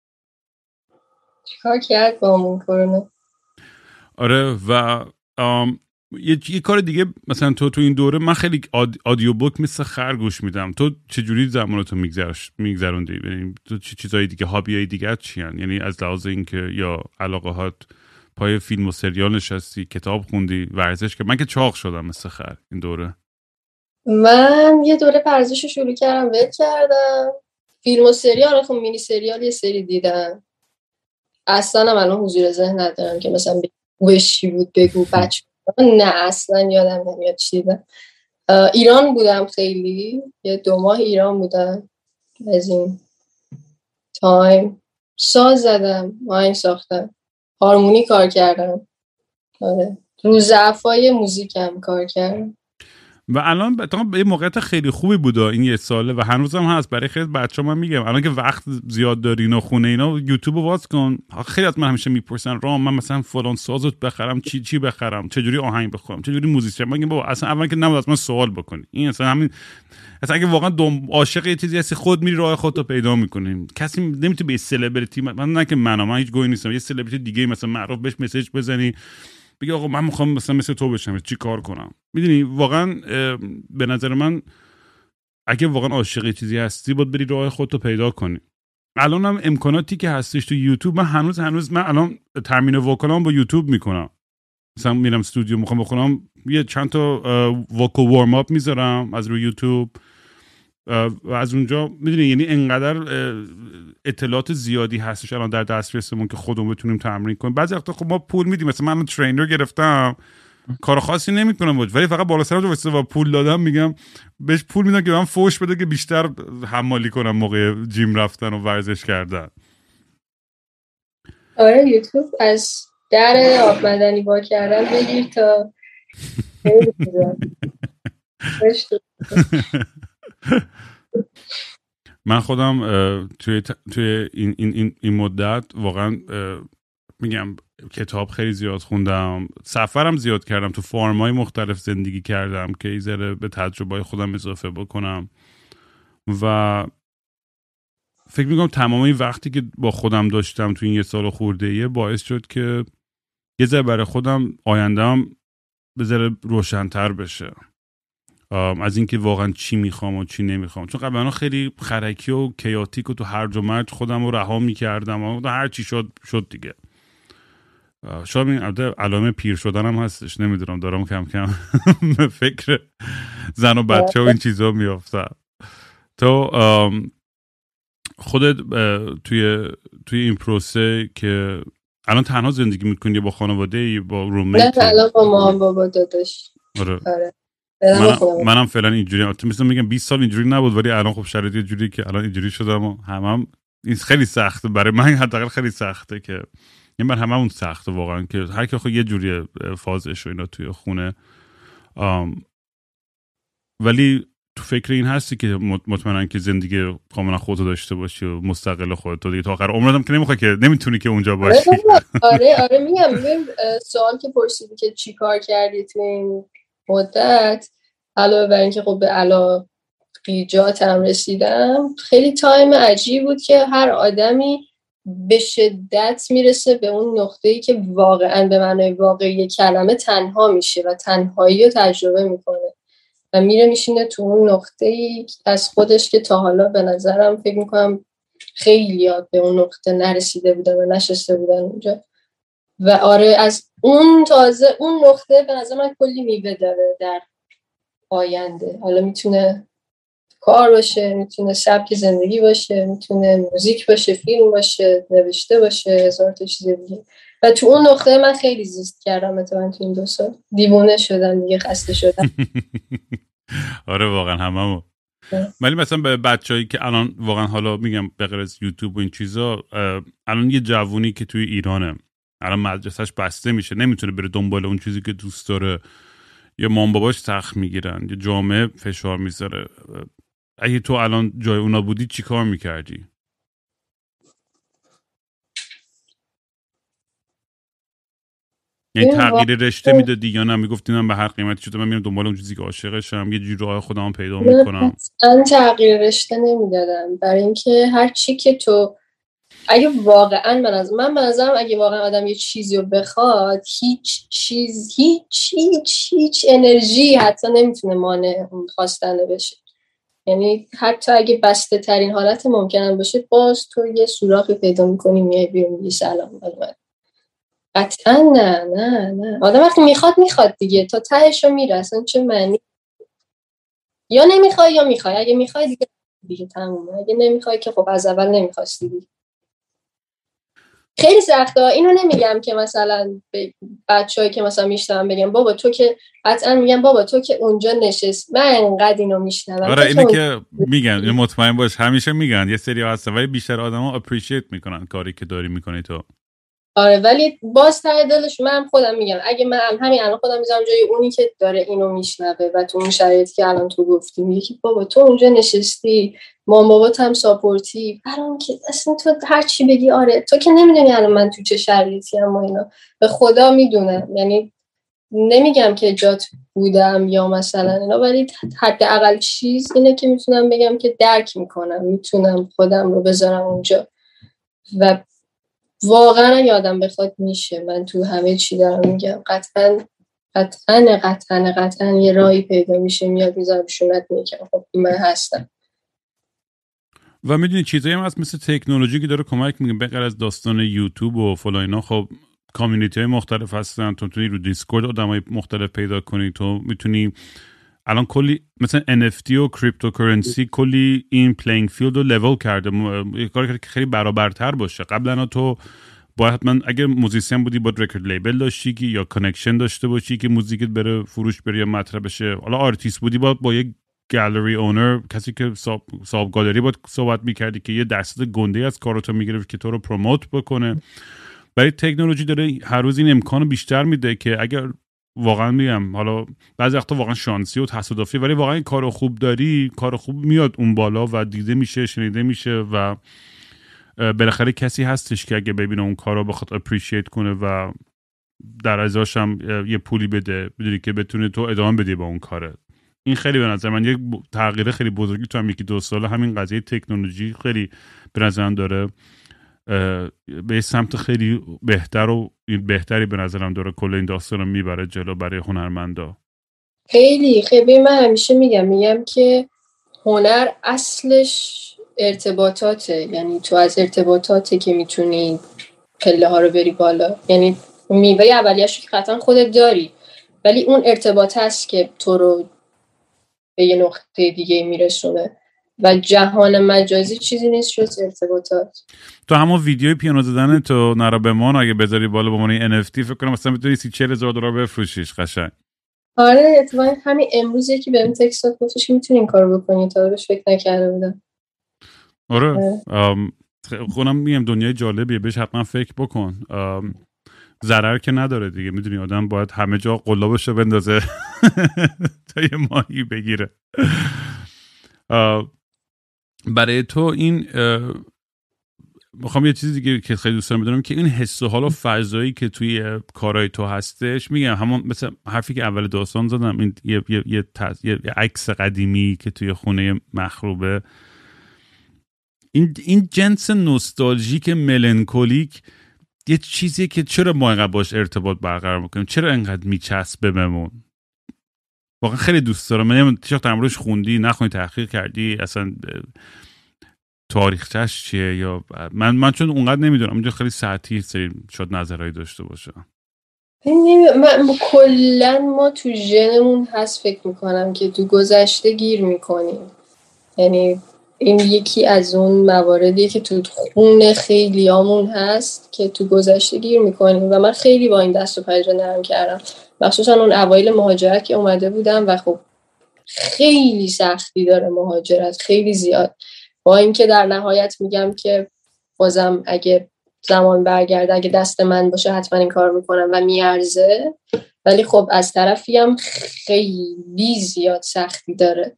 چیکار کرد با همون کرونا؟ آره و یه،, یه کار دیگه مثلا تو تو این دوره من خیلی آد، آدیو بوک مثل خر گوش میدم. تو چجوری زمانتو میگذروندی؟ یعنی تو چه چیزایی دیگه، هابیای دیگه چی هن؟ یعنی از لحاظ اینکه یا علاقه هات پای فیلم و سریال نشستی، کتاب خوندی، ورزش؟ که من که چاق شدم مثل خر این دوره. من یه دوره پرزش رو شروع کردم، ول کردم. فیلم و سریال، خب مینی سریال یه سری دیدم. اصلا هم الان حضور ذهن ندارم که مثلا وشی بود بگو بچه. نه اصلا یادم نمیاد چی دیدم. ایران بودم خیلی، یه دو ماه ایران بودم. از این تایم ساز زدم، آهنگ ساختم، هارمونی کار کردم. آره، رو ضعفای موزیکم کار کردم. و الان به موقعیت خیلی خوبی بوده این یه ساله و هنوزم هست برای خیلی بچه‌ها. من میگم الان که وقت زیاد دارین و خونه اینا، یوتیوب واز کن. خیلی از من همیشه میپرسن رام من مثلا فلان سازو بخرم، چی چی بخرم، چه جوری آهنگ بخونم، چه جوری موزیک. من میگم بابا اصلا اول که نباید از من سوال بکنی. این اصلا همین، اصلا اگه واقعا دم عاشق یه چیزی هستی خود میری راه خودت رو پیدا میکنی. کسی نمیتونه به سلبریتی، من نه که من من هیچ گویی نیستم، یه سلبریتی دیگه مثلا معروف بهش مسیج بزنی بگی آقا من میخوام مثلا مثل تو بشم، چی کار کنم؟ میدونی واقعا به نظر من اگه واقعا عاشق چیزی هستی باید بری راه خودت رو پیدا کنی. الان هم امکاناتی که هستش تو یوتیوب، من هنوز هنوز من الان تمرین وکالام با یوتیوب میکنم. مثلا میرم استودیو میخوام بخونم، یه چند تا وکال وارم اپ میذارم از روی یوتیوب و از اونجا میدونی یعنی انقدر اطلاعات زیادی هستش الان در دسترسمون که خودمون بتونیم تمرین کنیم. بعضی وقتا خب ما پول میدیم، مثلا من ترینر گرفتم کار خاصی نمیکنم بود، ولی فقط بالا سرم واسه و پول دادم، میگم بهش پول میدم که من فوش بده که بیشتر حمالی کنم موقع جیم رفتن و ورزش کردن. آره یوتیوب از در آب معدنی وا کردن بگیر تا من خودم توی توی این این این مدت واقعا میگم کتاب خیلی زیاد خوندم، سفرم زیاد کردم، تو فارم‌های مختلف زندگی کردم که یه ذره به تجربه خودم اضافه بکنم و فکر میکنم تمام این وقتی که با خودم داشتم تو این یه سال خورده‌ایه باعث شد که یه ذره برای خودم آینده‌ام به ذره روشن‌تر بشه از اینکه واقعا چی میخوام و چی نمیخوام. چون قبلا خیلی خرکی و کیاتیک و تو هرج و مرج خودم رو رها میکردم و هر چی شد شد دیگه. شاید این علامه پیر شدن هم هستش، نمیدونم، دارم کم کم به فکر زن و بچه و این چیزا میافتم. تو خودت توی توی این پروسه که الان تنها زندگی میکنی با خانواده ای، با روممیت؟ نه الان با مامان بابا داداش. آره. آره. منم منم فعلا اینجوری، تو مثلا میگم بیست سال اینجوری نبود ولی الان خب شرایط اینجوری که الان اینجوری شدم و همم این خیلی سخته برای من، حداقل خیلی سخته که این بر هممون سخته واقعا که هر کی خب یه جوری فازش و اینا توی خونه. ولی تو فکر این هستی که مطمئنن که زندگی کاملا خودت داشته باشی و مستقل خودت دیگه تا آخر عمرت هم که نمیخوای که نمیتونی که اونجا باشی. آره آره میگم ببین سوال که پرسیدی که چی کار کردی تو این مدت، علاوه بر اینکه خب به علاقیجاتم رسیدم، خیلی تایم عجیب بود که هر آدمی به شدت میرسه به اون نقطه‌ای که واقعا به معنای واقعی کلمه تنها میشه و تنهایی رو تجربه میکنه و میره میشینه تو اون نقطه‌ای از خودش که تا حالا به نظرم فکر میکنم خیلی یاد به اون نقطه نرسیده بودن و نشسته بودن اونجا. و آره از اون تازه اون نقطه به نظر من کلی میوه داره در آینده. حالا میتونه کار باشه، میتونه سبک زندگی باشه، میتونه موزیک باشه، فیلم باشه، نوشته باشه، هزار تا چیز دیگه. و تو اون نقطه من خیلی زیست کردم مثلا تو این دو سال. دیوانه شدم دیگه، خسته شدم. آره واقعا هممون. ولی مثلا به بچه‌ای که الان واقعا حالا میگم به غیر از یوتیوب و این چیزا، الان یه جوونی که توی ایرانه الان مدرسهش بسته میشه، نمیتونه بره دنبال اون چیزی که دوست داره، یا مام باباش سخت میگیرن، یا جامعه فشار میذاره، اگه تو الان جای اونا بودی چی کار میکردی؟ یعنی تغییر رشته میدادی یا نه میگفتی من به هر قیمتی شده من میرم دنبال اون چیزی که عاشقشم، یه جوری راه خودم پیدا میکنم؟ من تغییر رشته نمیدادم، برای اینکه هر چی که تو اگه واقعا من از من بنظرم اگه واقعا آدم یه چیزی رو بخواد، هیچ چیز هیچ هیچ هیچ انرژی حتی نمیتونه مانع اون خواستنه بشه. یعنی حتی اگه بسته ترین حالت ممکنه باشه، باز تو یه سوراخی پیدا میکنی، میای بیرون میگی سلام علیکم. قطعا نه نه نه آدم وقتی میخواد میخواد دیگه، تا تهش رو میره، اصلا چه معنی. یا نمیخوای یا میخوای، اگه میخوای دیگه دیگه تمومه، اگه نمیخوای که خب از اول نمیخواستی دیگه. خیلی سخته. اینو نمیگم که مثلا به بچه‌ای که مثلا میشنم بگم بابا تو که، قطعا میگم بابا تو که اونجا نشست، من انقدر اینو میشنوم. آره اینه که میگن، این مطمئن باش همیشه میگن یه سری هست ولی بیشتر آدما اپریشیت میکنن کاری که داری میکنی تو. آره ولی باز ته دلش من خودم میگم اگه من همین الان خودم میذارم جای اونی که داره اینو میشنوه و تو اون شرایطی که الان تو گفتی، میگه که بابا تو اونجا نشستی، مام بابات هم ساپورتی، برام که اصلا تو هر چی بگی آره، تو که نمیدونی الان من تو چه شرایطی ام و اینا، به خدا میدونم. یعنی نمیگم که جات بودم یا مثلا اینا، ولی حداقل چیز اینه که میتونم بگم که درک میکنم، میتونم خودم رو بذارم اونجا و واقعا یادم بخواد میشه. من تو همه چی دارم میگم قطعا قطعا قطعا قطعا یه راهی پیدا میشه، میاد میذارم شونت میگم خب من هستم. و میدونی چیزایی هم هست مثل تکنولوژی که داره کمک میکنه، به غیر از داستان یوتیوب و فلان اینا، خب کامیونیتی های مختلف هستن، تو میتونی رو دیسکورد آدمای مختلف پیدا کنی، تو میتونی الان کلی مثلا ان اف تی و کریپتوکارنسی کلی این پلینگ فیلد رو لول کرده، یه کاری کرده که خیلی برابرتر باشه. قبلا تو باید حتما اگر موزیسین بودی باید رکورد لیبل داشتی که یا کانکشن داشته باشی که موزیکت بره فروش بره یا مطرح بشه. حالا آرتیست بودی باید با یک گالری اونر، کسی که صاحب صاحب گالری باید صحبت میکردی که یه درصد گنده از کاراتو میگرفت که تو رو پروموت بکنه. ولی تکنولوژی داره هر روز این امکانو بیشتر میده که اگر واقعا میگم حالا بعضی وقتا واقعا شانسی و تصادفی، ولی واقعا این کارو خوب داری، کارو خوب میاد اون بالا و دیده میشه، شنیده میشه و بالاخره کسی هستش که اگه ببینه اون کارو بخواد اپریشیت کنه و در ازاش هم یه پولی بده، بدونی که بتونه تو ادامه بدی با اون کاره. این خیلی به نظر من یک تغییر خیلی بزرگی تو هم یکی دو ساله همین قضیه تکنولوژی خیلی به نظرم داره به سمت خیلی بهتر و بهتری به نظرم داره کل این داستان رو میبره جلو برای هنرمندا. خیلی خیلی من همیشه میگم میگم که هنر اصلش ارتباطاته، یعنی تو از ارتباطاته که میتونی پله ها رو بری بالا. یعنی میوه اولیه‌اش که قطعا خودت داری، ولی اون ارتباط هست که تو رو به یه نقطه دیگه میرسونه و جهان مجازی چیزی نیست جز ارتباطات. تو همون ویدیوی پیانو زدن تو نرا بمان اگه بذاری بالا به عنوان ان اف تی فکر کنم مثلا میتونی سی چهل هزار دلار بفروشیش قشنگ. آره اتفاقا همین امروز یکی بهم تکست داد گفتش که میتونی این کارو بکنی، تا بهش فکر نکرده بودم. آره خودم میگم دنیای جالبیه، بهش حتما فکر بکن. ضرر که نداره دیگه، میدونی آدم باید همه جا قلابشو بندازه تا یه ماهی بگیره. برای تو این میخوام یه چیزی دیگه که خیلی دوست دارم بدونم که این حس و حال و فضایی که توی کارهای تو هستش، میگم همون مثلا حرفی که اول داستان زدم، این یه یه یه, تز... یه... یه عکس قدیمی که توی خونه مخروبه، این این جنس نوستالژیک ملانکولیک یه چیزیه که چرا ما اینقدر باش ارتباط برقرار میکنیم، چرا اینقدر میچسبه بهمون. واقعا خیلی دوست دارم. من چه وقت امروز خوندی، نخوندی، تحقیق کردی اصلا تاریخچش چیه؟ یا من من چون اونقدر نمیدونم، اونجا خیلی ساعتی سری شاید نظرهایی داشته باشه. من کلا ما تو ژنمون هست فکر میکنم که تو گذشته گیر میکنیم. یعنی این یکی از اون مواردیه که تو خون خیلیامون هست که تو گذشته گیر میکنیم و من خیلی با این دست و پنجه نرم کردم، مخصوصا اون اوایل مهاجرت که اومده بودم و خب خیلی سختی داره مهاجرت، خیلی زیاد. با اینکه در نهایت میگم که بازم اگه زمان برگرده، اگه دست من باشه حتما این کار میکنم و میارزه، ولی خب از طرفی هم خیلی زیاد سختی داره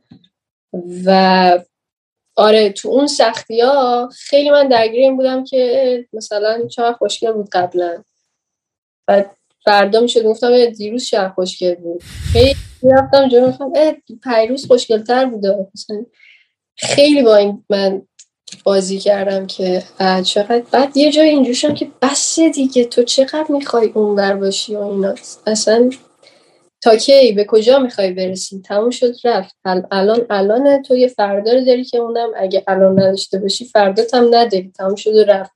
و آره تو اون سختی ها خیلی من درگیر این بودم که مثلا چقدر خوشگل بود قبلا و فردا میشد گفتم دیروز چقدر خوشگل بود، خیلی رفتم جلو گفتم پیروز خوشگل‌تر بوده. مثلا خیلی با این من بازی کردم که چقدر بعد یه جای اینجور شدم که بس دیگه، تو چقدر میخوای اونور باشی و اینا، اصلا تا کی به کجا میخوای برسی؟ تموم شد رفت. الان الان تو یه فردا رو داری که اونم اگه الان نداشته باشی فردات هم نداری، تموم شد و رفت.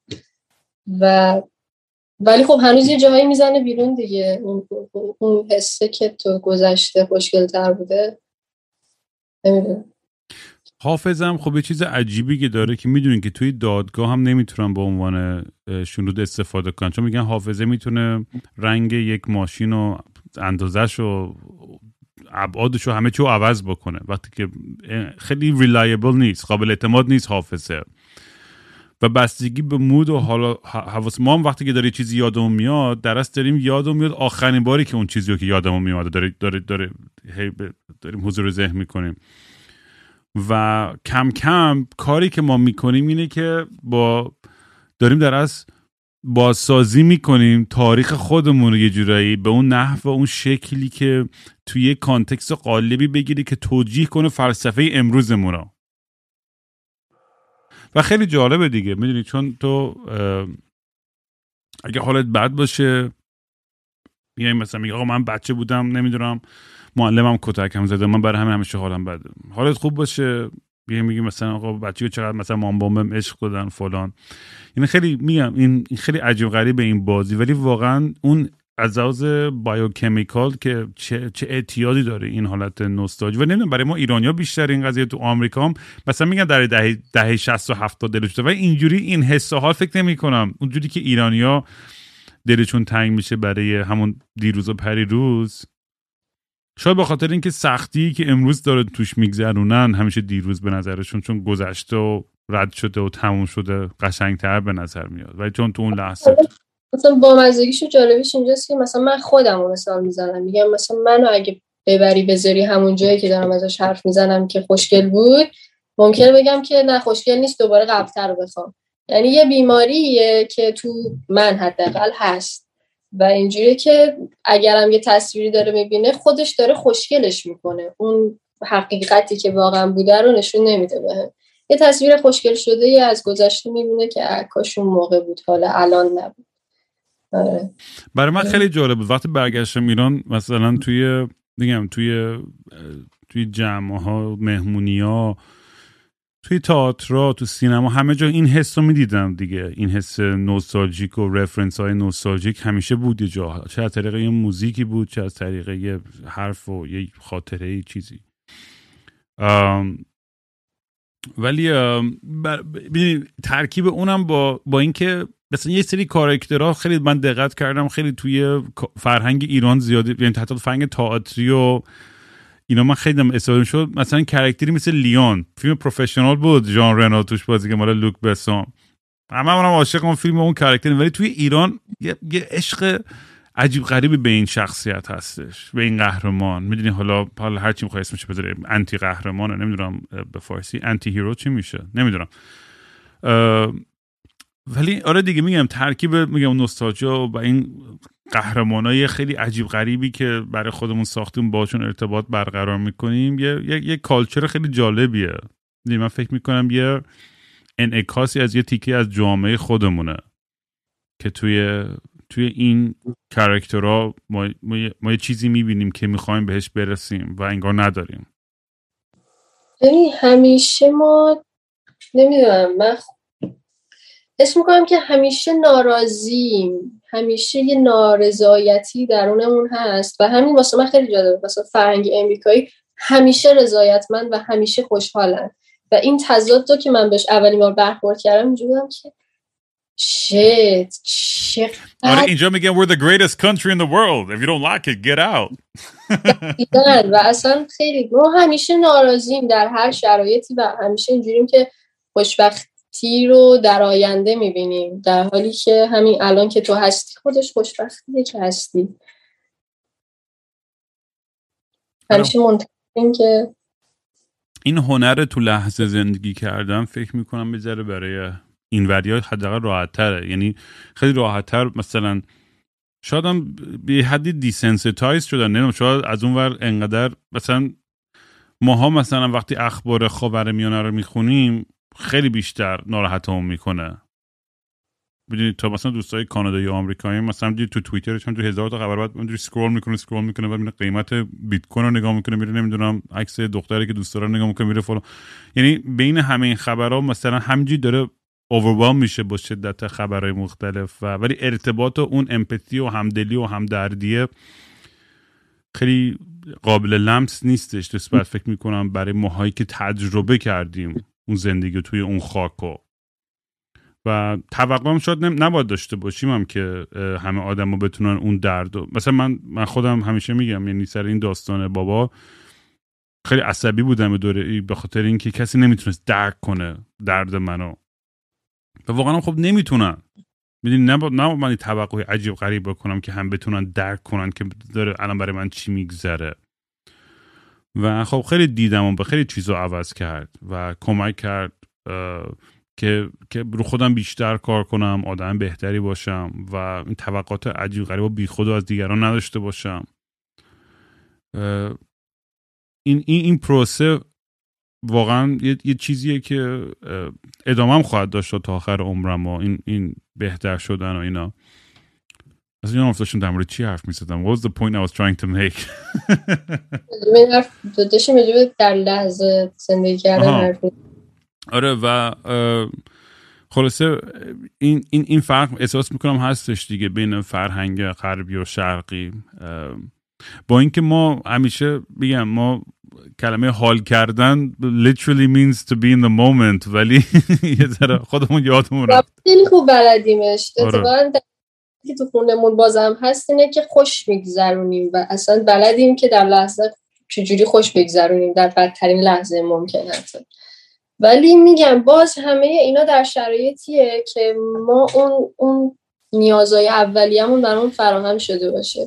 و ولی خب هنوز یه جایی میزنه بیرون دیگه، اون اون حسه که تو گذشته خوشگل‌تر بوده نمیدونم. حافظم خب یه چیز عجیبی که داره که میدونین که توی دادگاه هم نمیتونن به عنوان شنود استفاده کنن، چون میگن حافظه میتونه رنگ یک ماشین و اندازش و ابعادش و همه چی رو عوض بکنه، وقتی که خیلی ریلایبل نیست، قابل اعتماد نیست حافظه. و بستگی به مود و حالا حواس ما هم وقتی که داره چیزی یادمون میاد، درست داریم یادمون میاد آخرین باری که اون چیزی رو که یادمون میاد داره داره داره هی داریم حضور ذهن میکنیم. و کم کم کاری که ما میکنیم اینه که با داریم در از بازسازی میکنیم تاریخ خودمون رو یه جورایی به اون نحو و اون شکلی که توی یه کانتکست قالبی بگیری که توجیه کنه فلسفه امروزمون رو. و خیلی جالبه دیگه، میدونی، چون تو اگه حالت بد باشه یعنی مثلا میگه آقا من بچه بودم نمیدونم معلمم کتکم زده من برای همه همیشه حالم بده. حالت خوب باشه میگه میگه مثلا آقا بچه‌ها چقدر مثلا مام بابام عشق دادن فلان. یعنی خیلی میگم این خیلی عجیب غریبه این بازی، ولی واقعا اون از لحاظ بایوکمیکال که چه چه اعتیادی داره این حالت نوستالژی. و نمیدونم برای ما ایرانیا بیشتر این قضیه، تو آمریکا هم مثلا میگن در دهه دهه شصت و هفتاد دلش و اینجوری این حس و حال فکر نمی‌کنم اونجوری که ایرانیا دلشون تنگ میشه برای همون دیروز و پریروز. شاید به خاطر اینکه سختی که امروز داره توش میگذرونن همیشه دیروز به نظرشون چون گذشته و رد شده و تموم شده قشنگتر به نظر میاد، ولی چون تو اون لحظه مثلا با مزگیش و جالبیش اینجاست که مثلا من خودم رو مثال میزنم، میگم مثلا منو اگه ببری بذاری همون جایی که دارم ازش حرف میزنم که خوشگل بود، ممکنه بگم که نه خوشگل نیست، دوباره قبل‌تر رو بخوام. یعنی یه بیماریه که تو من حداقل هست و اینجوریه که اگرم یه تصویری داره میبینه خودش داره خوشگلش میکنه، اون حقیقتی که واقعا بوده رو نشون نمیده بهم. یه تصویر خوشگل شده یه از گذشته میبینه که کاش اون موقع بود حالا الان نبود. آره. برای من خیلی جالب بود وقتی برگشتم ایران، مثلا توی دیگم توی توی جمع‌ها، مهمونی‌ها، توی تئاتر، تو سینما، همه جا این حس رو میدیدم دیگه. این حس نوستالژیک و رفرنس های نوستالژیک همیشه بود یه جا، چه از طریق یه موزیکی بود چه از طریق یه حرف و یه خاطره یه چیزی. ولی ببین ترکیب اونم با با اینکه مثلا یه سری کاراکترها خیلی من دقت کردم خیلی توی فرهنگ ایران زیاده، یعنی حتی فرهنگ تئاتری و اینا من خیلی استفاده شد. مثلا کاراکتری مثل لیون، فیلم پروفشنال بود، ژان رنو توش بازی که مال لوک بسون، همه منم عاشق اون فیلم و اون کاراکتر. ولی توی ایران یه, یه عشق عجیب غریبی به این شخصیت هستش، به این قهرمان. میدونی حالا حالا هر چی می‌خوای اسمش بذاری، انتی قهرمانه، نمیدونم به فارسی انتی هیرو چی میشه نمیدونم، ولی آره دیگه میگم ترکیب میگم نوستالژیا و این قهرمانای خیلی عجیب غریبی که برای خودمون ساختیم باشون ارتباط برقرار میکنیم یه یه, یه کالچر خیلی جالبیه. من فکر میکنم یه انعکاسی از یه تیکه از جامعه خودمونه که توی توی این کاراکترها ما, ما, ما یه چیزی میبینیم که میخوایم بهش برسیم و انگار نداریم. یعنی همیشه ما نمیدونم من اسم میکنم که همیشه ناراضیم، همیشه یه نارضایتی درونمون هست و همین واسه من خیلی جالبه. مثلا فرهنگ امریکایی همیشه رضایتمند و همیشه خوشحالن و این تضاد رو که من بهش اولین بار برخورد کردم اینجوری بودم که شیت چقدر آره اینجا میگن we're the greatest country in the world if you don't like it get out. و اصلا خیلی ما همیشه ناراضیم در هر شرایطی و همیشه اینجوریم که خوشبختی رو در آینده میبینیم، در حالی که همین الان که تو هستی خودش خوشبختیه که هستی. همیشه منتظریم که این هنر تو لحظه زندگی کردن فکر میکنم بذاره برای این وریا حداقل راحت تره، یعنی خیلی راحت تر. مثلا شاید هم به حدی دیسنسیتایز شدن، نمیدونم شاید از اون ور انقدر مثلا ماها مثلا وقتی اخبار خاورمیانه رو میخونیم خیلی بیشتر ناراحتمون میکنه. بدونید تا مثلا دوستای کانادایی و آمریکایی مثلا تو توییترش هم تو هزار تا خبر بعد اونجوری اسکرول میکنه اسکرول میکنه بعد میره قیمت بیت کوین رو نگاه میکنه، میره نمیدونم عکس دختری که دوست داره نگاه میکنه، میره فلان. یعنی بین همه این خبرها مثلا همینجوری داره اووروام میشه با شدت خبرهای مختلف و ولی ارتباط و اون امپاتی و همدلی و همدردی خیلی قابل لمس نیستش نسبت فکر میکنم برای ماهایی که تجربه کردیم اون زندگی توی اون خاکو و توقعم شاید نباید داشته باشیم هم که همه آدم ها بتونن اون درد و... مثلا من من خودم همیشه میگم یعنی سر این داستان بابا خیلی عصبی بودم به دوره به خاطر اینکه کسی نمیتونست درک کنه درد منو و واقعا خب نمیتونن. میدونی نباید نباید من توقع عجیب غریب بکنم که هم بتونن درک کنن که داره الان برای من چی میگذره و خب خیلی دیدم و به خیلی چیزا عوض کرد و کمک کرد که که رو خودم بیشتر کار کنم، آدم بهتری باشم و این توقعات عجیب غریب و بیخود از دیگران نداشته باشم. این این این پروسه واقعا یه, یه چیزیه که ادامه هم خواهد داشت تا آخر عمرم و این این بهتر شدن و اینا. از این افتاشون در مورد چی حرف می‌زدم؟ What was the point I was trying to make? من حرف داشتم راجع در لحظه زندگی کردن حرف. آره و خلاصه این این این فرق احساس میکنم هستش دیگه بین فرهنگ غربی و شرقی. با اینکه ما همیشه بگم ما کلمه حال کردن literally means to be in the moment ولی یه ذره خودمون یادمون رفت. خیلی خوب بلدیمش. اتفاقا که تو خونمون بازم هست اینه که خوش میگذرونیم و اصلا بلدیم که در لحظه چجوری خوش بگذرونیم در بدترین لحظه ممکن هست. ولی میگم باز همه اینا در شرایطیه که ما اون اون نیازهای اولیه‌مون برامون فراهم شده باشه.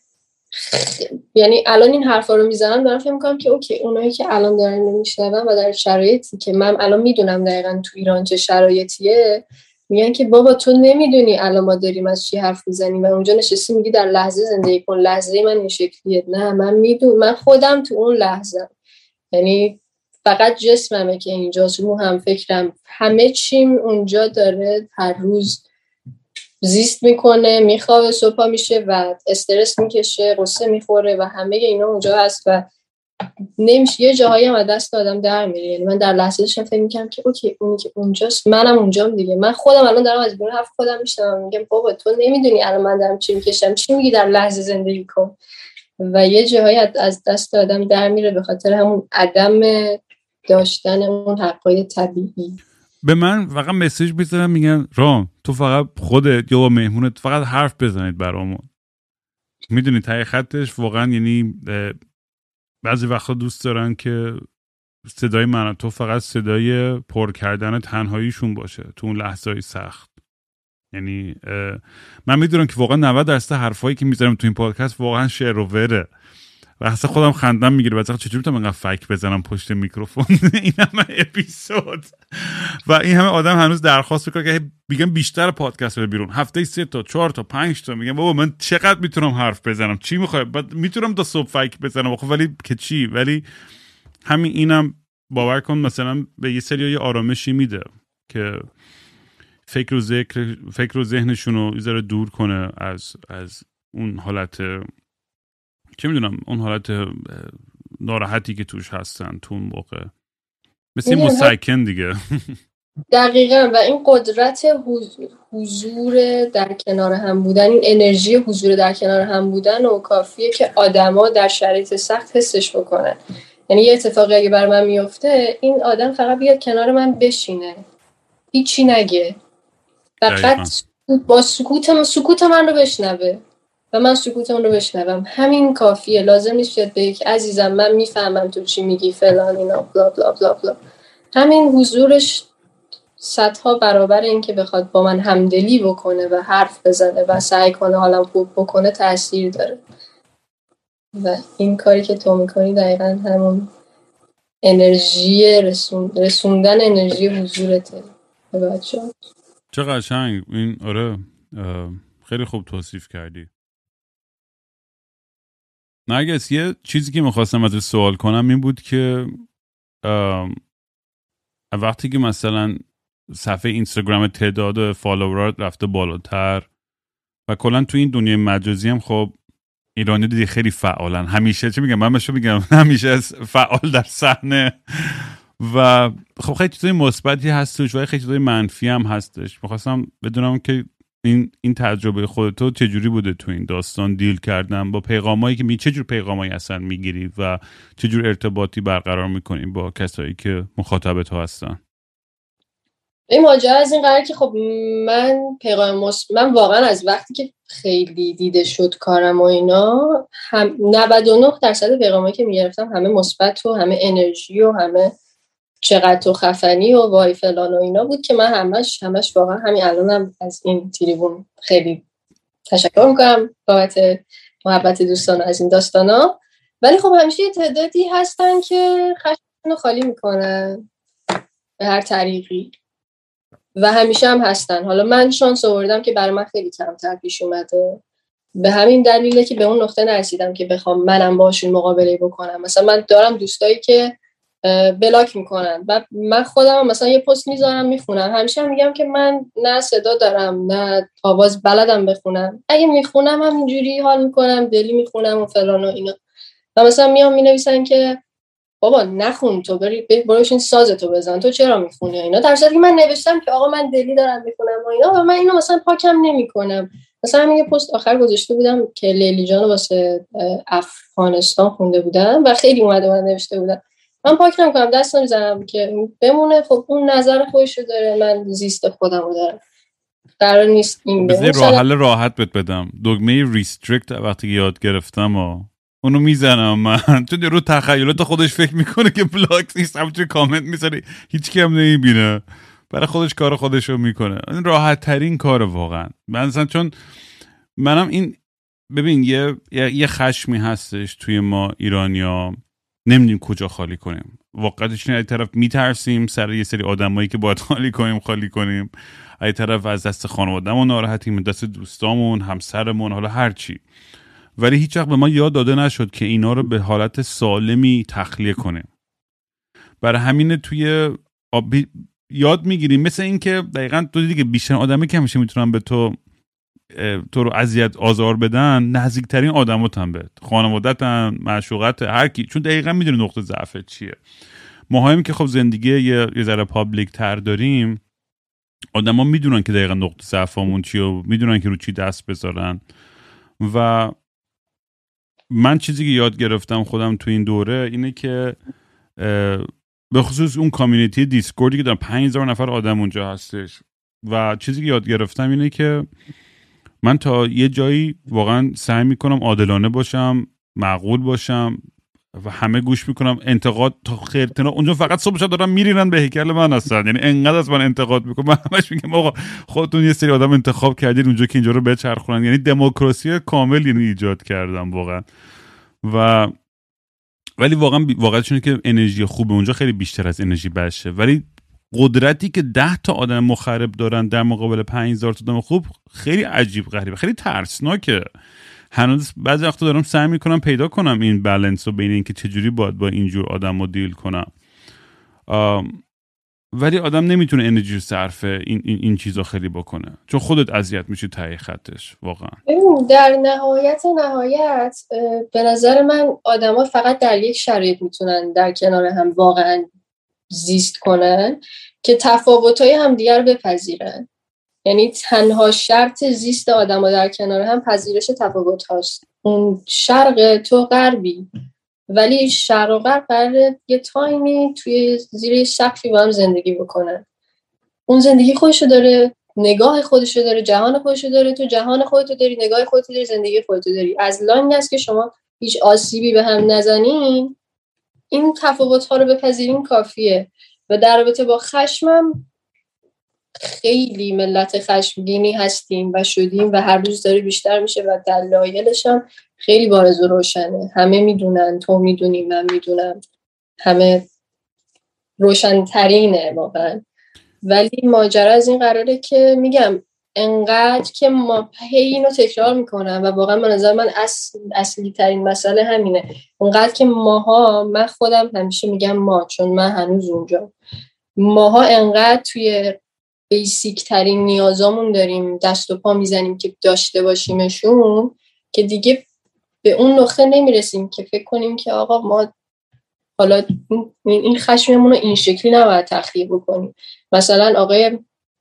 یعنی الان این حرفا رو میزنم دارم فکر میکنم که اوکی اونایی که الان دارن میشنون و در شرایطی که من الان میدونم دقیقاً تو ایران چه شرایطیه میگن که بابا تو نمیدونی الان ما داریم از چی حرف میزنیم و اونجا نشستی میگی در لحظه زندگی کن. لحظه من این شکلیه. نه من میدونم، من خودم تو اون لحظه، یعنی فقط جسممه که اینجاست، رو هم فکرم، همه چیم اونجا داره هر روز زیست میکنه، میخوابه، صبح میشه و استرس میکشه، غصه میخوره و همه اینا اونجا هست و نمیشه. یه جاهایی هم از دست آدم در میره. یعنی من در لحظه داشتم فکر میکنم که اوکی اونی که اونجاست منم اونجام دیگه. من خودم الان دارم از بیرون حرف خودم میشنوم میگم بابا تو نمیدونی الان من دارم چی میکشم، چی میگی در لحظه زندگی کن. و یه جاهایی از دست آدم در میره به خاطر همون عدم داشتن اون حقای طبیعی. به من فقط مسیج میذارم میگن رام تو فقط خودت یا با مهمونت فقط حرف بزنید برامون. میدونی تای خطش واقعا یعنی بعضی وقتا دوست دارن که صدای من تو فقط صدای پر کردن تنهاییشون باشه تو اون لحظه‌های سخت. یعنی من میدونم که واقعا نود درصد حرفایی که میذارم تو این پادکست واقعا شعر و وره و اصلا خودم خندم میگیره بعضی وقتا چجوری میتونم انقدر فک بزنم پشت میکروفون این همه اپیزود و این همه آدم هنوز درخواست میکنه که میگم بیشتر پادکست بده بیرون، هفته سه تا چهار تا پنج تا. میگم بابا من چقدر میتونم حرف بزنم، چی میخوای؟ بعد میتونم تا صبح فک بزنم خب ولی که چی؟ ولی همین اینم باور کن مثلا به یه سری آرامشی میده که فکر و ذکر فکر و ذهنشون رو یه ذره دور کنه از از اون حالت چه میدونم اون حالت ناراحتی که توش هستن تو اون موقع، مثل مسکن دیگه. دقیقاً. و این قدرت حضور در کنار هم بودن، این انرژی حضور در کنار هم بودن و کافیه که آدما در شرایط سخت حسش بکنن. یعنی یه اتفاقی اگه بر من میفته این آدم فقط بیاد کنار من بشینه، هیچی نگه، فقط با سکوت سکوت من رو بشنوه و من سکوت اون رو بشنوم. همین کافیه. لازم نیست بیاد بگه عزیزم من میفهمم تو چی میگی فلان اینا بلا بلا بلا بلا. همین حضورش صدها برابر این که بخواد با من همدلی بکنه و حرف بزنه و سعی کنه حالم خوب بکنه تأثیر داره. و این کاری که تو میکنی دقیقاً همون انرژی رسون... رسوندن انرژی حضورته به بچه‌ها. چه قشنگ این. آره خیلی خوب توصیف کردی. نرگس یه چیزی که میخواستم ازت سوال کنم این بود که وقتی که مثلا صفحه اینستاگرام تعداد فالوورات رفته بالاتر و کلا تو این دنیای مجازی هم خب ایرانی دیگه خیلی فعالن، همیشه چه میگم من بهش میگم همیشه فعال در صحنه و خب خیلی چیزای مثبتی هستش و خیلی چیزای منفی هم هستش. میخواستم بدونم که این این تجربه خودتو چجوری بوده تو این داستان دیل کردن با پیغامایی که می چجور پیغامایی اصلا میگیری و چجور ارتباطی برقرار میکنی با کسایی که مخاطب تو هستن؟ این ماجرا از این قرار که خب من پیغام مص... من واقعا از وقتی که خیلی دیده شد کارم و اینا هم نود و نه درصد پیغامایی که میگرفتم همه مثبت و همه انرژی و همه چقدر تو خفنی و وای فلان و اینا بود که من همش همش واقعا همین الانم از این تریبون خیلی تشکر میکنم بابت محبت دوستان از این داستانا. ولی خب همیشه یه تعدادی هستن که خشمشون رو خالی میکنن به هر طریقی و همیشه هم هستن. حالا من شانس آوردم که برای من خیلی کمتر پیش اومده، به همین دلیله که به اون نقطه نرسیدم که بخوام منم باشون مقابله بکنم. مثلا من دارم دوستایی که بلاک میکنن و من خودم مثلا یه پست میذارم میخونم، همیشه هم میگم که من نه صدا دارم نه آواز بلدم بخونم، اگه میخونم هم اینجوری حال میکنم دلی میخونم و فلان و اینا. و مثلا میام مینویسن که بابا نخون تو، بری بروشین سازتو بزن، تو چرا میخونی اینا، در صورتی که من نوشتم که آقا من دلی دارم میخونم و اینا و من اینو مثلا پاکم نمیکنم. مثلا من یه پست آخر گذاشته بودم که لیلی جان واسه افغانستان خونده بودم و خیلی اومده من نوشته بودم من پاک نمیکنم، دست نمیزنم که بمونه. خب اون نظر خودشو داره، من زیست خودمو دارم، قرار نیست این بذار راه حل راحت بهت بدم. دکمه ریستریکت وقتی یاد گرفتم و اونو میزنم من، تو رو تخیلات خودش فکر میکنه که بلاک نیست، همچون کامنت میذاره هیچ کی هم نمیبینه، برای خودش کار خودشو میکنه. این راحت ترین کاره واقعا. من مثلا چون منم این ببین یه یه خشمی هستش توی ما ایرانیا، نمیدونیم کجا خالی کنیم. واقعیتش اینه، از طرف میترسیم سر یه سری آدمایی که باید خالی کنیم خالی کنیم، از طرف از دست خانواده‌مون ناراحتیم، دست دوستامون، همسرمون، حالا هر چی. ولی هیچ وقت به ما یاد داده نشد که اینا رو به حالت سالمی تخلیه کنیم. برای همین توی آبی یاد میگیریم، مثل این که دقیقاً تو دیدی که بیشتر آدمی که همیشه میتونن به تو تو رو اذیت آزار بدن نزدیکترین آدماتن بهت، خانواده‌تن، معشوقت، هر کی، چون دقیقاً میدونه نقطه ضعفت چیه. ماهایم که خب زندگی یه یه ذره پابلیک تر داریم، آدما میدونن که دقیقاً نقطه ضعفمون چیه و میدونن که رو چی دست بذارن. و من چیزی که یاد گرفتم خودم تو این دوره اینه که به خصوص اون کامیونیتی دیسکوردی که دارم پنج هزار نفر آدم اونجا هستش، و چیزی که یاد گرفتم اینه که من تا یه جایی واقعا سعی میکنم عادلانه باشم، معقول باشم و همه گوش میکنم. انتقاد تا خیرتنا اونجا فقط صبح شب دارم میرینن به هیکل من هستن، یعنی انقدر از من انتقاد میکنم. من همش میگم آقا خودتون یه سری آدم انتخاب کردین اونجا که اینجا رو بچرخونن، یعنی دموکراسی کامل یعنی ایجاد کردم واقعا. و ولی واقعا واقعیتش اینه که انرژی خوب اونجا خیلی بیشتر از انرژی بشه، ولی قدرتی که ده تا آدم مخرب دارن در مقابل پنج هزار تا آدم خوب خیلی عجیب غریبه، خیلی ترسناکه. هنوز بعضی وقتا دارم سعی میکنم پیدا کنم این بالانس رو بین این که چجوری باید با اینجور آدم رو دیل کنم، ولی آدم نمیتونه انرژی صرف این این این چیزا خیلی بکنه، چون خودت اذیت میشی ته خطش واقعا. در نهایت نهایت به نظر من آدما فقط در یک شرایط میتونن در کنار هم واقعا زیست کنن که تفاوت‌های همدیگر رو بپذیرن. یعنی تنها شرط زیست آدم‌ها در کنار هم پذیرش تفاوت هاست. اون شرق تو غربی، ولی شرق و غرب قراره یه تایمی توی زیر سقفی با هم زندگی بکنن. اون زندگی خودشو داره، نگاه خودشو داره، جهان خودشو داره، تو جهان خودتو داری، نگاه خودتو داری، زندگی خودتو داری. از لانگ است که شما هیچ آسیبی به هم نزنین، این تفاوت‌ها رو بپذیرین کافیه. و در رابطه با خشمم خیلی ملت خشمگینی هستیم و شدیم و هر روز داره بیشتر میشه و دلایلش هم خیلی بارز و روشنه. همه میدونن، تو میدونی، من میدونم، همه روشن‌ترینه واقعا. ولی ماجرا از این قراره که میگم انقدر که ما هی اینو تکرار میکنم و واقعا به نظر من اصل اصلی ترین مسئله همینه. انقدر که ماها، من خودم همیشه میگم ما، چون من هنوز اونجا، ماها انقدر توی بیسیک ترین نیازامون داریم دست و پا میزنیم که داشته باشیمشون که دیگه به اون نقطه نمیرسیم که فکر کنیم که آقا ما حالا این خشممون رو این شکلی نباید تخلیه بکنیم. مثلا آقای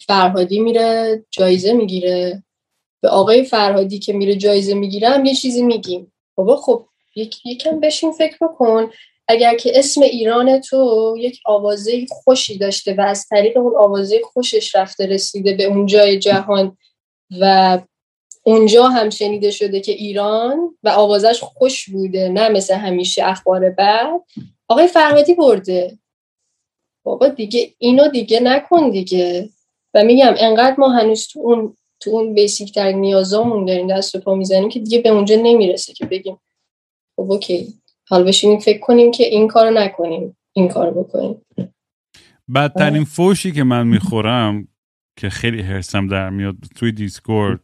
فرهادی میره جایزه میگیره، به آقای فرهادی که میره جایزه میگیره هم یه چیزی میگیم. بابا خب یک یکم بشین فکر بکن، اگر که اسم ایران تو یک آوازه خوشی داشته و از طریق اون آوازه خوشش رفته رسیده به اون جای جهان و اونجا هم شنیده شده که ایران و آوازش خوش بوده، نه مثل همیشه اخبار بد، آقای فرهادی برده. بابا دیگه اینو دیگه نکن دیگه. و میگم انقدر ما هنوز تو اون تو اون بیسیک ترین نیازامون داریم دست و پا میزنیم که دیگه به اونجا نمیرسه که بگیم خب اوکی حالا بشینیم فکر کنیم که این کارو نکنیم این کارو بکنیم. بدترین فوشی که من میخورم که خیلی هرسم در میاد توی دیسکورد،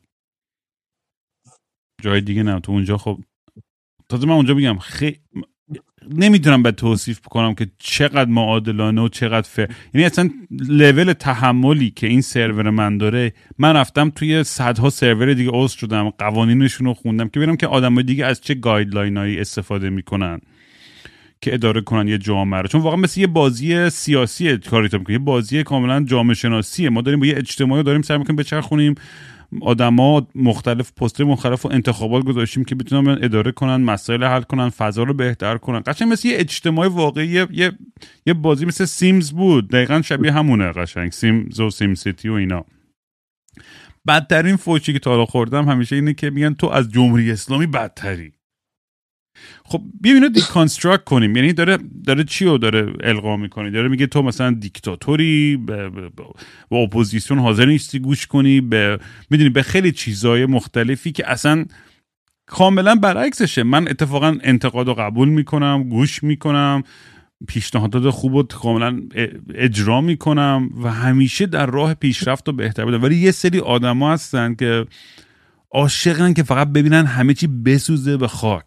جای دیگه نه، تو اونجا خب تازه من اونجا میگم خیلی نمیدونم باید توصیف بکنم که چقدر معادلانه و چقدر فر، یعنی اصلا لول تحملی که این سرور من داره، من رفتم توی صدها سرور دیگه عضو شدم، قوانینشون رو خوندم که ببینم که آدمای دیگه از چه گایدلاینایی استفاده میکنن که اداره کنن یه جامعه رو، چون واقعا مثل یه بازی سیاسیه کاری تو میکنه، یه بازی کاملا جامعه شناسیه. ما داریم با یه اجتماعی داریم سعی میکنیم بچرخونیم، آدما مختلف پست‌های مختلف و انتخابات گذاشتیم که بتونن اداره کنن، مسائل حل کنن، فضا رو بهتر کنن. قشنگ مثل یه اجتماعی واقعی، یه یه, یه بازی مثل سیمز بود، دقیقاً شبیه همونه، قشنگ سیمز و سیم سیتی و اینا. بدترین فوشی که تا حالا خوردم همیشه اینه که میگن تو از جمهوری اسلامی بدتری. خب بیا اینو دیکانستراکت کنیم، یعنی داره داره چی رو داره القا میکنی؟ داره میگه تو مثلا دیکتاتوری، به, به, به اپوزیسیون حاضر نیستی گوش کنی، به میدونی به خیلی چیزهای مختلفی که اصلا کاملا برعکسشه. من اتفاقا انتقاد رو قبول میکنم، گوش میکنم، پیشنهادات خوب رو کاملا اجرا میکنم و همیشه در راه پیشرفت و بهتر بودن. ولی یه سری آدم ها هستن که عاشقن که فقط ببینن همه چی بسوزه به خاک.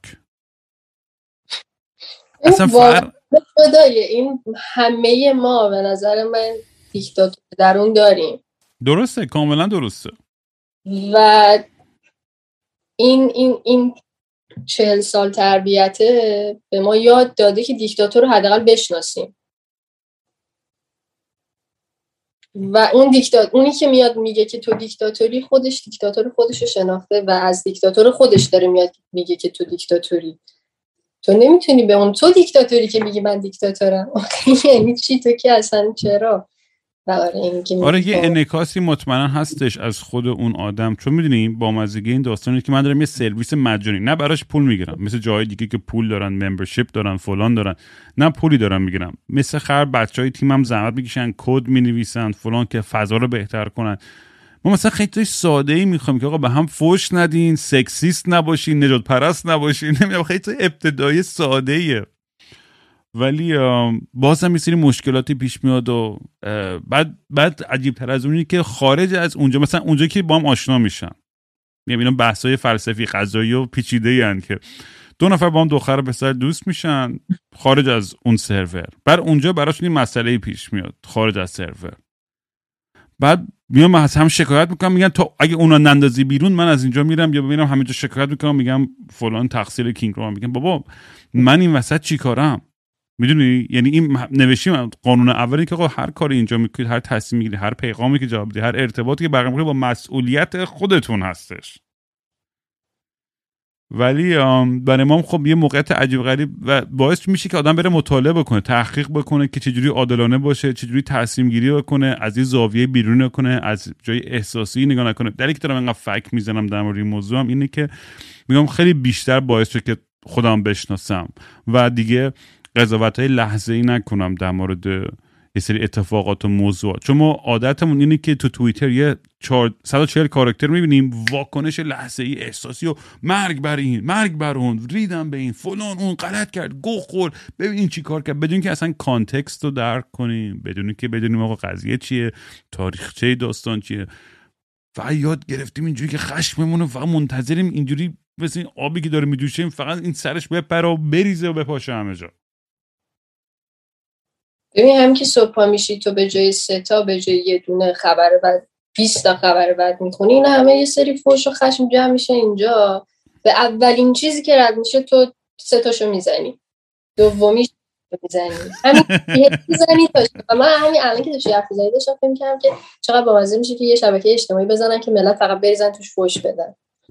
اصلا فر... این همه ما به نظر من دیکتاتور درون داریم. درسته، کاملا درسته. و این این این چهل سال تربیته به ما یاد داده که دیکتاتور رو حداقل بشناسیم. و اون دیکتاتور، اونی که میاد میگه که تو دیکتاتوری، خودش دیکتاتور خودش رو شناخته و از دیکتاتور خودش داره میاد میگه که تو دیکتاتوری. تو نمیتونی به اون تو دیکتاتوری که میگی من دیکتاتورم. یعنی چی تو که اصلا چرا؟ آره یه انعکاسی مطمئنا هستش از خود اون آدم، چون میدونیم با مزگی این داستانی که من دارم یه سرویس مجانی، نه براش پول میگیرم مثل جای دیگه که پول دارن، ممبرشیپ دارن، فلان دارن، نه پولی دارم میگیرم. مثل خر بچهای تیمم زحمت میکشن، کد مینویسن فلان که فضا رو بهتر کنن. ما مثلا خیلی ساده ای میخوام که آقا به هم فوش ندین، سکسیست نباشین، نجات پرست نباشین، نمیدونم خیلی ابتدایی ساده ایه. ولی بازم یه سری مشکلاتی پیش میاد و بعد بعد عجیب تر از اونی که خارج از اونجا، مثلا اونجا که با هم آشنا میشن، میبینم اینا بحثای فلسفی قضایی و پیچیده‌ای ان که دو نفر با هم دختر و پسر دوست میشن خارج از اون سرور، بعد اونجا براشون این مسئله پیش میاد خارج از سرور، بعد میام از هم شکایت میکنم، میگن تو اگه اونا نندازی بیرون من از اینجا میرم، یا ببینم همینجا شکایت میکنم میگم فلان تقصیر کینگ رو. میگم بابا من این وسط چیکارم؟ میدونی، یعنی این نوشتیم قانون اولی که آقا هر کاری اینجا میکنید، هر تصمیمی میگیرید، هر پیغامی که جواب بدید، هر ارتباطی که برقرار با مسئولیت خودتون هستش. ولی برای ما خب یه موقعیت عجیب غریب و باعث میشه که آدم بره مطالعه بکنه، تحقیق بکنه که چجوری عادلانه باشه، چجوری تصمیم گیری بکنه، از این زاویه بیرون نکنه، از جای احساسی نگاه نکنه. دلیلی که دارم اینقدر فک میزنم در مورد این موضوع هم اینه که میگم خیلی بیشتر باعث شد که خودم بشناسم و دیگه قضاوت‌های لحظه‌ای نکنم در مورد یه سری اتفاقات و موضوعات، چون ما عادتمون اینه که تو توییتر یه صد و چهل کاراکتر می‌بینیم، واکنش لحظه‌ای احساسی و مرگ بر این، مرگ بر اون، ریدم به این، فلان اون غلط کرد، گو خورد، ببین این چی کار کرد، بدون که اصلا کانتکست رو درک کنیم، بدون که بدونیم آقا قضیه چیه، تاریخچه داستان چیه. فقط یاد گرفتیم اینجوری که خشممون فقط منتظریم اینجوری مثل این آبی که داره میجوشه فقط این سرش بپره و بریزه و بپاشه همه جا. ببین هم که صبح میشی تو به جای سه تا به جای یه دونه خبر بعد بیست تا خبر بعد میخونی، این همه یه سری فوش و خشم جمع میشه اینجا. به اولین چیزی که رد میشه تو سه تاشو میزنی، دومیش میزنی همین یه میزنی تا من همین الان که داشتی حرف میزنی داشتم فکر می‌کردم که چقدر بامزه میشه که یه شبکه اجتماعی بزنن که ملت فقط بریزن توش فوش بدن.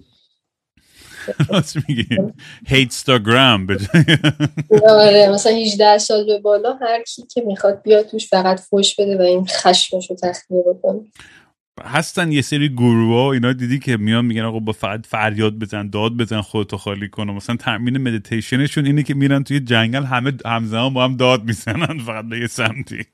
راست میگی هیتستاگرام بجای آره مثلا هجده سال به بالا هر کی که میخواد بیاد توش فقط فوش بده و این خشمشو تخلیه بکنه. هستن یه سری گروها اینا دیدی که میان میگن آقا با فقط فریاد بزن داد بزن خودتو خالی کن. مثلا تمرین مدیتیشنشون اینه که میرن توی جنگل همه همزمان با هم داد میزنن فقط به یه سمتی.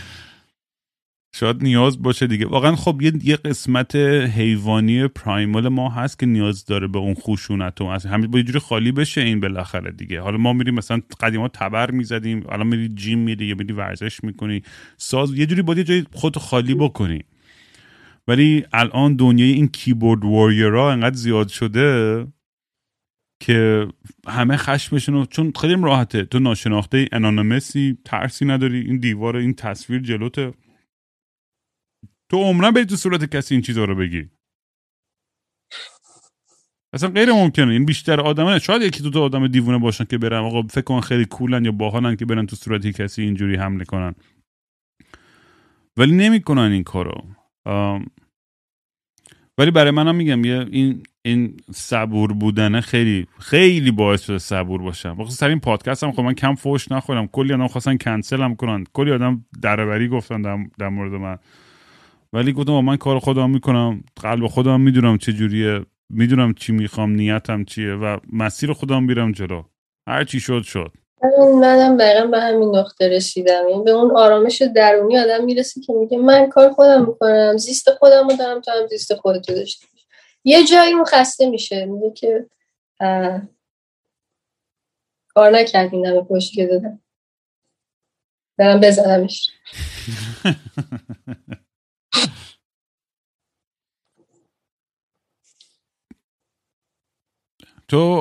شاید نیاز باشه دیگه واقعا. خب یه یه قسمت حیوانی پرایمال ما هست که نیاز داره به اون خشونت و همین با یه جوری خالی بشه این بالاخره دیگه. حالا ما میریم مثلا قدیما تبر میزدیم، الان میری جیم میری یا میری ورزش میکنی، ساز یه جوری باید یه جای خودتو خالی بکنی. ولی الان دنیای این کیبورد وارریرها انقدر زیاد شده که همه خشمشونو، چون خیلی راحته تو ناشناخته انانیمسی ترسی نداری، این دیوار این تصویر جلوته، تو عمرن بری تو صورت کسی این چیزا رو بگی. اصلا غیر ممکنه. این بیشتر آدمه، شاید یکی دو تا آدم دیوونه باشن که برن آقا فکر کن خیلی کولن یا باحالن که برن تو صورت کسی اینجوری حمله کنن، ولی نمیکنن این کارو. ولی برای منم میگم یه این این صبور بودنه خیلی خیلی باعث شده صبور باشم. بخصوص این پادکست هم خب من کم فوش نخورم، کلی آدم خواستن کنسل هم کنن، کلی آدم دربری گفتن در, در مورد من، ولی گفتم من کار خودم میکنم، قلب خودم میدونم چه جوریه، میدونم چی میخوام، نیتم چیه و مسیر خودم میرم جلو، هر چی شد شد. منم دقیقا به همین نقطه رسیدم، این به اون آرامش درونی آدم میرسه که میگه من کار خودم میکنم، زیست خودم رو دارم، تو هم زیست خودت رو داشتی. یه جایی اون خسته میشه، میگه که کار نکردین همه پشتی که دادم برم بزنمش. تو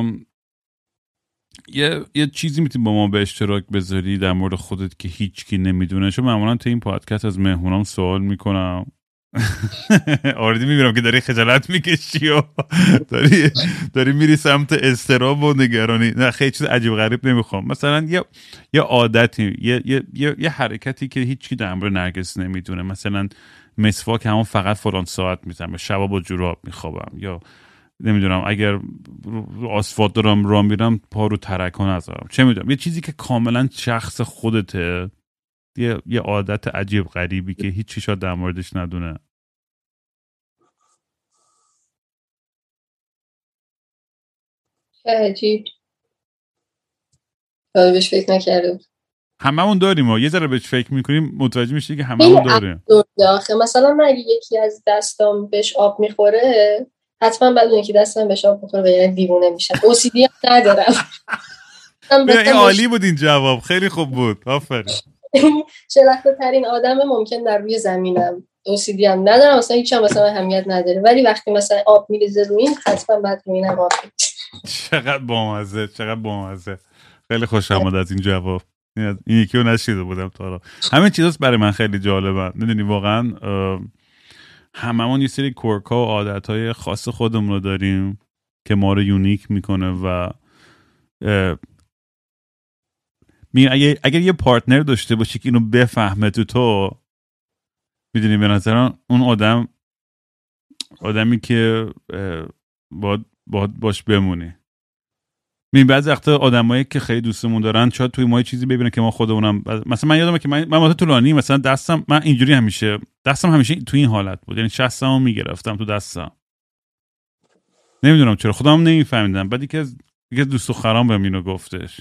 یه یه چیزی میتونی با ما به اشتراک بذاری در مورد خودت که هیچ کی نمیدونه؟ چون معمولا تو این پادکست از مهمونام سوال میکنم آردی میبینم که داری خجالت میکشی و داری داری میری سمت اضطراب و نگرانی. نه خیلی چیز عجیب غریب نمیخوام، مثلا یه یه عادتی، یه یه یه, یه حرکتی که هیچ کی در مورد نرگس نمیدونه، مثلا مسواک همون فقط فلان ساعت میزنم، شبا با جوراب میخوابم، یا نمیدونم اگر آسفالت دارم راه میرم پا رو ترکان نذارم، چه میدونم یه چیزی که کاملا شخص خودته، یه یه عادت عجیب غریبی که هیچ چیزا در موردش ندونه. عجیب، تا بهش فکر نکردم. هممون داریم و یه ذره بهش فکر میکنیم متوجه میشی که هممون داریم. آخه مثلا من اگه یکی از دستام بهش آب میخوره حتما بدونه که دستم بهش آب میخوره و یعنی دیوونه میشم. او سی دی هم ندارم. این عالی بود این جواب، خیلی خوب بود، آفرین. شلخته ترین آدم ممکن در روی زمینم، او سی دی هم ندارم، مثلا هیچ هم مثلا اهمیت نداره، ولی وقتی مثلا آب میریزه روی این حتما بعد روی اینم آب میریزه. چقدر بامزه، چقدر بامزه. خیلی خوشم اومد از این جواب. این یکی رو نشیده بودم تا حالا. همین چیزاست برای من خیلی جالبه. میدونی واقعا هممون یه سری کورکا و عادتهای خاص خودمون رو داریم که ما رو یونیک میکنه و می اگر, اگر یه پارتنر داشته باشی که اینو بفهمه تو تو، میدونی به نظرم اون آدم آدمی که باید, باید باش بمونی. میبینی بعضی وقتا آدمایی که خیلی دوستمون دارن شاید توی ما چیزی ببینن که ما خودمونم، مثلا من یادمه که من من مدت طولانی مثلا دستم من اینجوری همیشه دستم همیشه توی این حالت بود، یعنی شستمو میگرفتم تو دستم، نمیدونم چرا خودم نمیفهمیدم. بعد یکی از یکی از دوست دخترام بهم اینو گفتش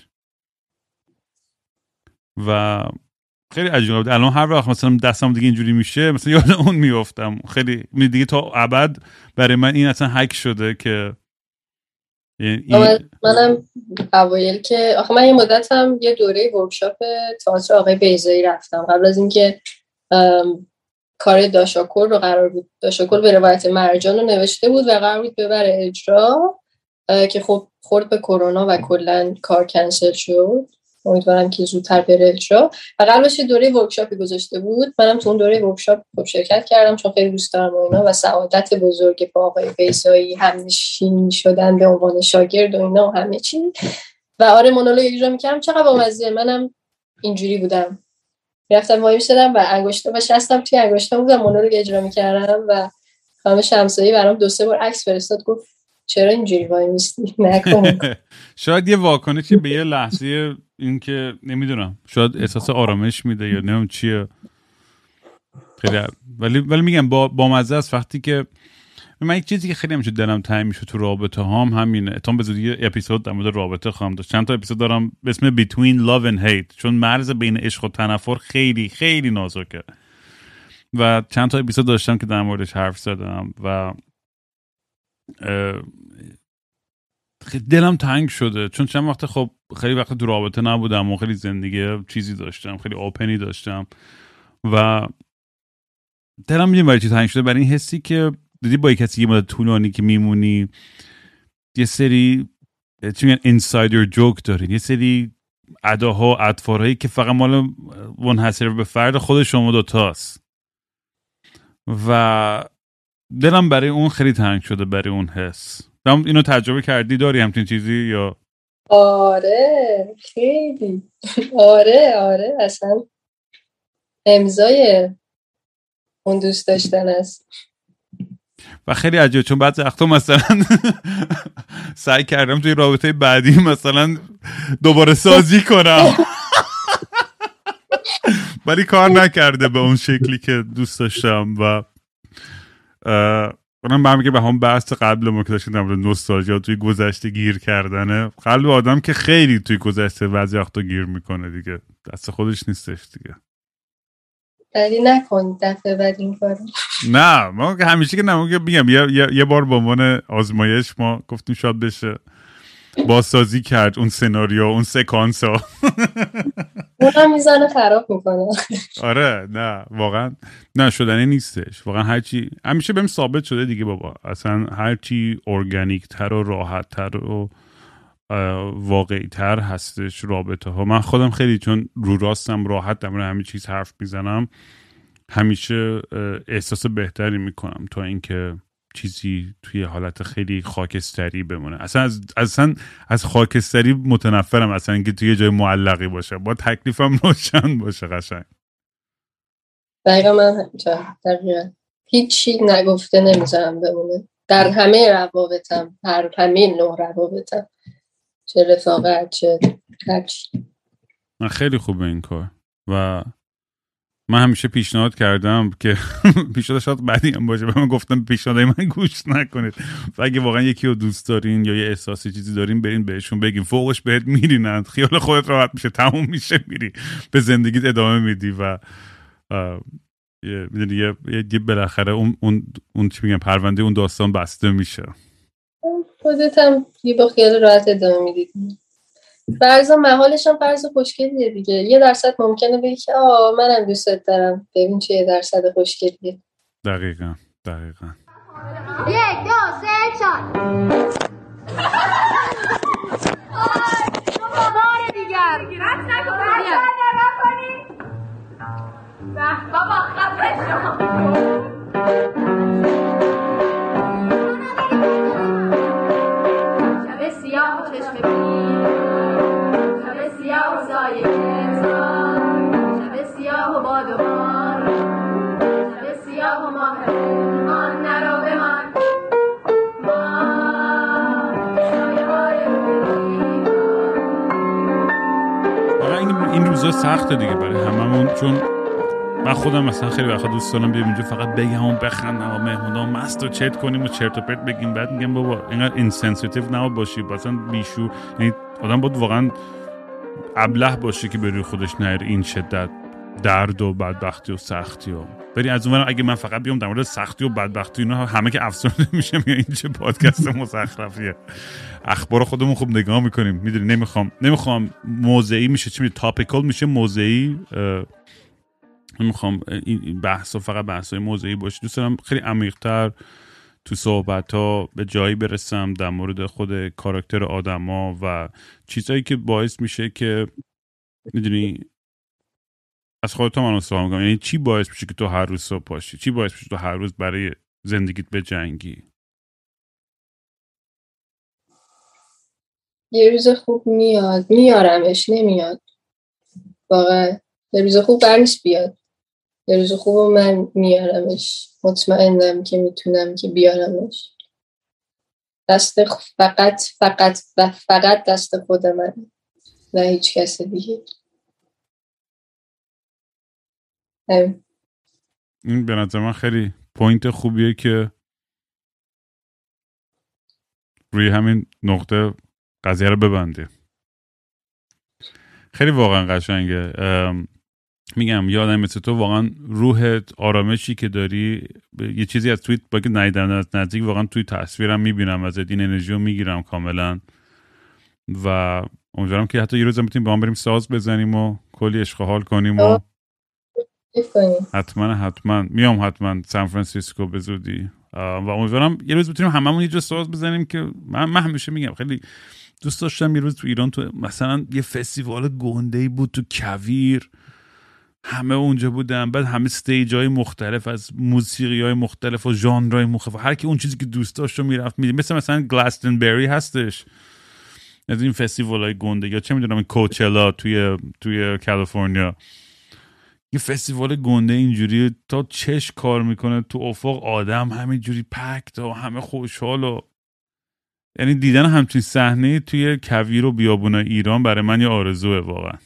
و خیلی عجیبه بود. الان هر وقت مثلا دستم دیگه اینجوری میشه مثلا یاد اون میافتم. خیلی می دیگه تا ابد برای من این اصلا هک شده که این... من منم اوایل که آخه من یه مدت هم یه دوره ورکشاپ تئاتر آقای بیضایی رفتم قبل از اینکه کار داشاکل رو قرار بود، داشاکل به روایت مرجان رو نوشته بود و قرار بود ببره اجرا که خب خورد به کرونا و کلا کار کنسل شد. امیدوارم که زودتر بره اجرا و قبلش دوره ورکشاپی گذاشته بود. منم تو اون دوره ورکشاپ خب شرکت کردم چون خیلی دوست دارم و اینا و سعادت بزرگ با آقای بیضایی همنشین شدن به عنوان شاگرد و اینا و همه چی. و آره مونولوگ اجرا میکردم چقدر بامزه. منم اینجوری بودم، میرفتم وای میشدم و انگشتم و شستم توی انگشتم بودم مونولوگ اجرا میکردم و خانم شمسایی برام دو سه بار عکس فرستاد، گفت چرا اینجوری وای میستی نکن. شاید یه واکنشی به یه لحظه این که نمیدونم شاید احساس آرامش میده یا نمیدونم چیه خیلی، ولی ولی میگم با با مزه است وقتی که من یک چیزی که خیلی همیشه دلم تنگ میشه تو رابطه هام همینه. اتام به زودی یه اپیزود در مورد رابطه خواهم داشت، چند تا اپیزود دارم به اسم Between Love and Hate، چون مرز بین عشق و تنفر خیلی خیلی نازکه و چند تا اپیزود داشتم که در موردش حرف زدم و دلم تنگ شده چون چند وقت خب خیلی وقت تو رابطه نبودم و خیلی زندگی چیزی داشتم، خیلی اوپنی داشتم و دلم میدونم برای چی تنگ شده، برای این حسی که دیدی با یک کسی یه مدت طولانی که میمونی یه سری چی میگن اینسایدر جوک دارین، یه سری اداها و اطفارهایی که فقط مال منحصر به فرد خود شما دوتاست و دلم برای اون خیلی تنگ شده، برای اون حس. اینو تجربه کردی؟ داری همچین چیزی یا؟ آره خیلی آره آره اصلا امضای اون دوست داشتن است و خیلی عجیبه چون بعضی وقتا مثلا سعی کردم توی رابطه بعدی مثلا دوباره سازی کنم ولی کار نکرده به اون شکلی که دوست داشتم و اونم برمیگه به هم بحث قبل ما که داشتیم در مورد نوستالژیا توی گذشته گیر کردنه. قلب آدم که خیلی توی گذشته بعضی وقتا گیر میکنه دیگه، دست خودش نیستش دیگه. ولی نکن دفعه بعد این کارو. نه ما همیشه که نمون میگم یه, یه, یه بار به عنوان آزمایش ما گفتیم شاید بشه بازسازی کرد اون سناریو، اون سکانس ها. اونم میزنه خراب میکنه. آره نه واقعا نه شدنی نیستش واقعا، هرچی همیشه بهم ثابت شده دیگه بابا، اصلا هرچی ارگانیک تر و راحت تر و واقعی تر هستش رابطه ها. من خودم خیلی چون رو راستم راحت در مورد همه چیز حرف میزنم همیشه احساس بهتری میکنم تا اینکه چیزی توی حالت خیلی خاکستری بمونه. اصلا از اصلا از خاکستری متنفرم، اصلا اینکه توی جای معلقی باشه، با تکلیفم روشن باشه قشنگ. دقیقا من دقیقا هیچی نگفته نمیذارم بمونه در همه روابطم، هر همه نوع روابطم، چه رفاقت چه هرچی. من خیلی خوبه این کار و من همیشه پیشنهاد کردم که پیشنهاد شاید بعدی هم باشه، به من گفتم پیشنهادای من گوش نکنید و اگه واقعا یکی رو دوست دارین یا یه احساسی چیزی دارین برین بهشون بگین، فوقش بهت میرینن، خیال خودت راحت میشه، تموم میشه، میری به زندگیت ادامه میدی و یه میدونی یه, یه بالاخره اون اون اون چی میگم پرونده اون داستان بسته میشه. خودت هم یه با خیال راحت ادامه میدید. فرضا محالش هم فرض خوشگلیه دیگه. یه درصد ممکنه بگی که آه منم دوستت دارم، ببین چه یه درصد خوشگلیه. دقیقاً دقیقاً. یک دو سه چهار بار دیگر رد نکن رد کنی بابا خفه شما. شب سیاه و چشم بین، شب سیاه و سایه انسان، شب سیاه و باد و بار، شب سیاه و ماه آن نرو به من این روزا سخته دیگه برای هممون، چون من خودم مثلا خیلی وقتا دوست دارم بیام اینجا فقط بگم و بخندم و مهمونا مست و چت کنیم و چرت و پرت بگیم، بعد میگم بابا اینقدر اینسنسیتیو نباید باشی، مثلا بیشور، یعنی آدم باید واقعا ابله باشه که بروی خودش نیر این شدت درد و بدبختی و سختی و بری از اونورم اگه من فقط بیام در مورد سختی و بدبختی اینا همه که افسرده میشه میگن این چه پادکست مزخرفیه. اخبار خودمون خوب نگاه میکنیم، میدونی نمیخوام نمیخوام موضعی میشه، چی میشه تاپیکال میشه موضعی، نمیخوام این بحثا فقط بحثای موضعی باشه، دوست دارم خیلی عمیق‌تر تو صحبت‌ها به جایی برسم در مورد خود کاراکتر آدما و چیزایی که باعث میشه که میدونی از خودت من سوال میگم، یعنی چی باعث میشه که تو هر روز صبح پاشی، چی باعث میشه تو هر روز برای زندگیت بجنگی. یه روز خوب میاد، میارمش، نمیاد واقعا. یه روز خوب برنیش بیاد، یه روز خوب من میارمش، مطمئنم که میتونم که بیارمش. دست فقط فقط و فقط دست خود من، نه هیچ کس دیگه. هم. این به نظر من خیلی پوینت خوبیه که روی همین نقطه قضیه رو ببندی. خیلی واقعا قشنگه. میگم یه آدم مثل تو واقعا روحت، آرامشی که داری، یه چیزی از توی با که ندیدم از نزدیک واقعا توی تصویرم میبینم، از این انرژی رو میگیرم کاملا و امیدوارم که حتی یه روز میتونیم با هم بریم ساز بزنیم و کلی عشق و حال کنیم و حتما حتما میام حتما سان فرانسیسکو به زودی و امیدوارم یه روز بتونیم هممون یه جا ساز بزنیم که من, من همیشه میگم خیلی دوست داشتم یه روز تو ایران تو مثلا یه فستیوال گنده‌ای بود تو کویر، همه اونجا بودن، بعد همه استیج های مختلف از موسیقی های مختلف و ژانرهای مختلف، هر کی اون چیزی که دوست داشت رو میرفت میدید. مثل مثلا گلاستنبری هستش از این فستیوال های گنده، یا چه میدونم کوچلا توی توی کالیفرنیا، یه فستیوال گنده اینجوری تا چش کار میکنه تو افق، آدم همینجوری پکت و همه خوشحال و یعنی دیدن همچین صحنه توی کویر و بیابونای ایران برای من یه آرزوه واقعا.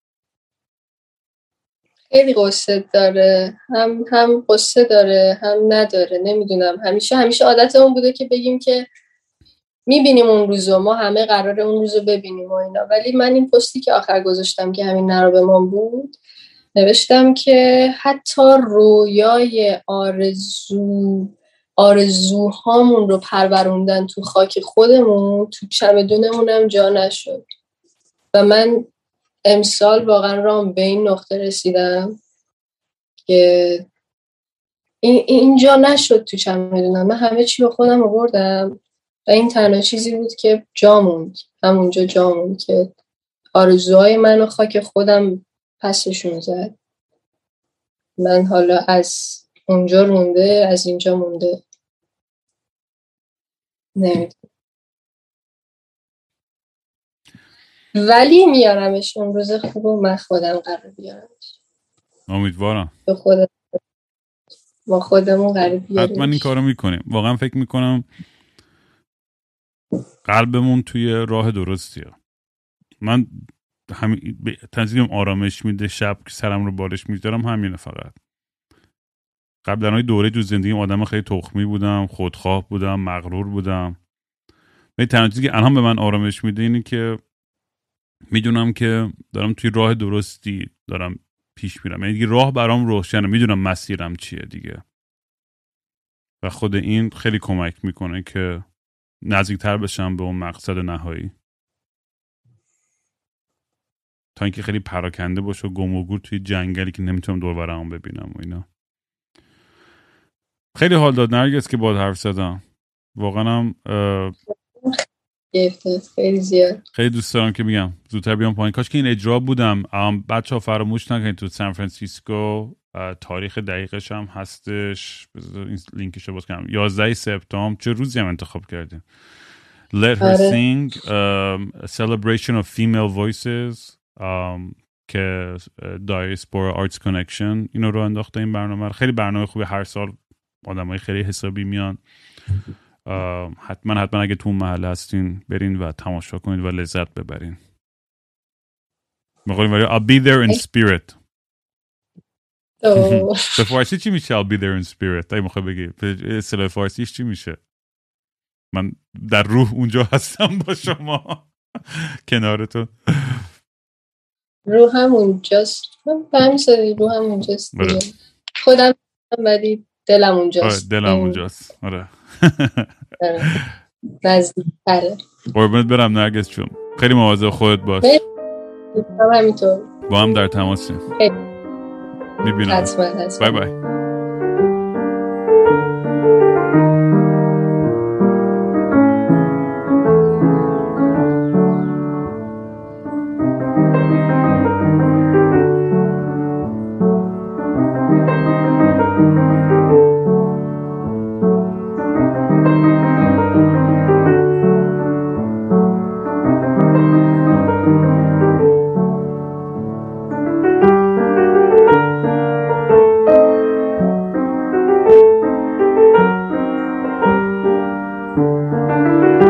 خیلی قصه داره، هم هم قصه داره هم نداره، نمیدونم. همیشه همیشه عادت اون بوده که بگیم که میبینیم اون روزو، ما همه قراره اون روزو ببینیم و اینا، ولی من این پستی که آخر گذاشتم که همین نرو به من بود، نوشتم که حتی رویای آرزو آرزوهامون رو پروروندن تو خاک خودمون، تو چمدونمونم جا نشد. و من امسال واقعا رام به این نقطه رسیدم که این اینجا نشد تو چمدونم. من همه چی رو خودم آوردم و این تنها چیزی بود که جا موند، همونجا جا موند که آرزوهای من و خاک خودم پسشون زد. من حالا از اونجا مونده، از اینجا مونده، نمیدونم، ولی میارمش اون روز خوب و من خودم قرار بیارمش. امیدوارم به خودم ما خودمون قرار بیارمش. حتما این کارو میکنیم. واقعا فکر میکنم قلبمون توی راه درستیه. من همین تنظیم آرامش میده، شب که سرم رو بالش میذارم همینه. فقط قبلا های دوره تو زندگیم آدم خیلی تخمی بودم، خودخواه بودم، مغرور بودم. ولی تنها چیزی که الان به من آرامش میده اینه که میدونم که دارم توی راه درستی دارم پیش میرم، یعنی دیگه راه برام روشنه، میدونم مسیرم چیه دیگه. و خود این خیلی کمک میکنه که نزدیکتر بشم به اون مقصد نهایی، تا اینکه خیلی پراکنده باشه و گم و گور توی جنگلی که نمیتونم دور برام ببینم و اینا. خیلی حال داد نرگس که باهات حرف زدم. واقعا هم خیلی زیاد خیلی دوست دارم که میگم زودتر بیام پایین. کاش که این اجرا بودم. بچه ها فراموش نکنید تو سان فرانسیسکو تاریخ دقیقش هم هستش، این لینکش رو باز کنم، یازده سپتامبر. چه روزی هم انتخاب کردیم؟ Let her sing um, a celebration of female voices um, که Diaspora Arts Connection اینو رو انداخته این برنامه. خیلی برنامه خوبه، هر سال آدمای خیلی حسابی میان. حتما حتما اگه تو اون محله هستین برین و تماشا کنید و لذت ببرین. می‌خوایم ولی I'll be there in spirit. به فارسی چی میشه I'll be there in spirit؟ اگه می‌خوای بگی اصطلاح فارسیش چی میشه؟ من در روح اونجا هستم با شما کنارتون. روح هم اونجاست. من فهمیدم روح هم اونجاست. خودم ولی دلم اونجاست. دلم اونجاست. آره. نزدیک‌تره. قربونت برم نرگس جون. خیلی مواظب خودت باش. من همینطور. با هم در تماسیم. میبینم. حتما حتما. بای بای. شب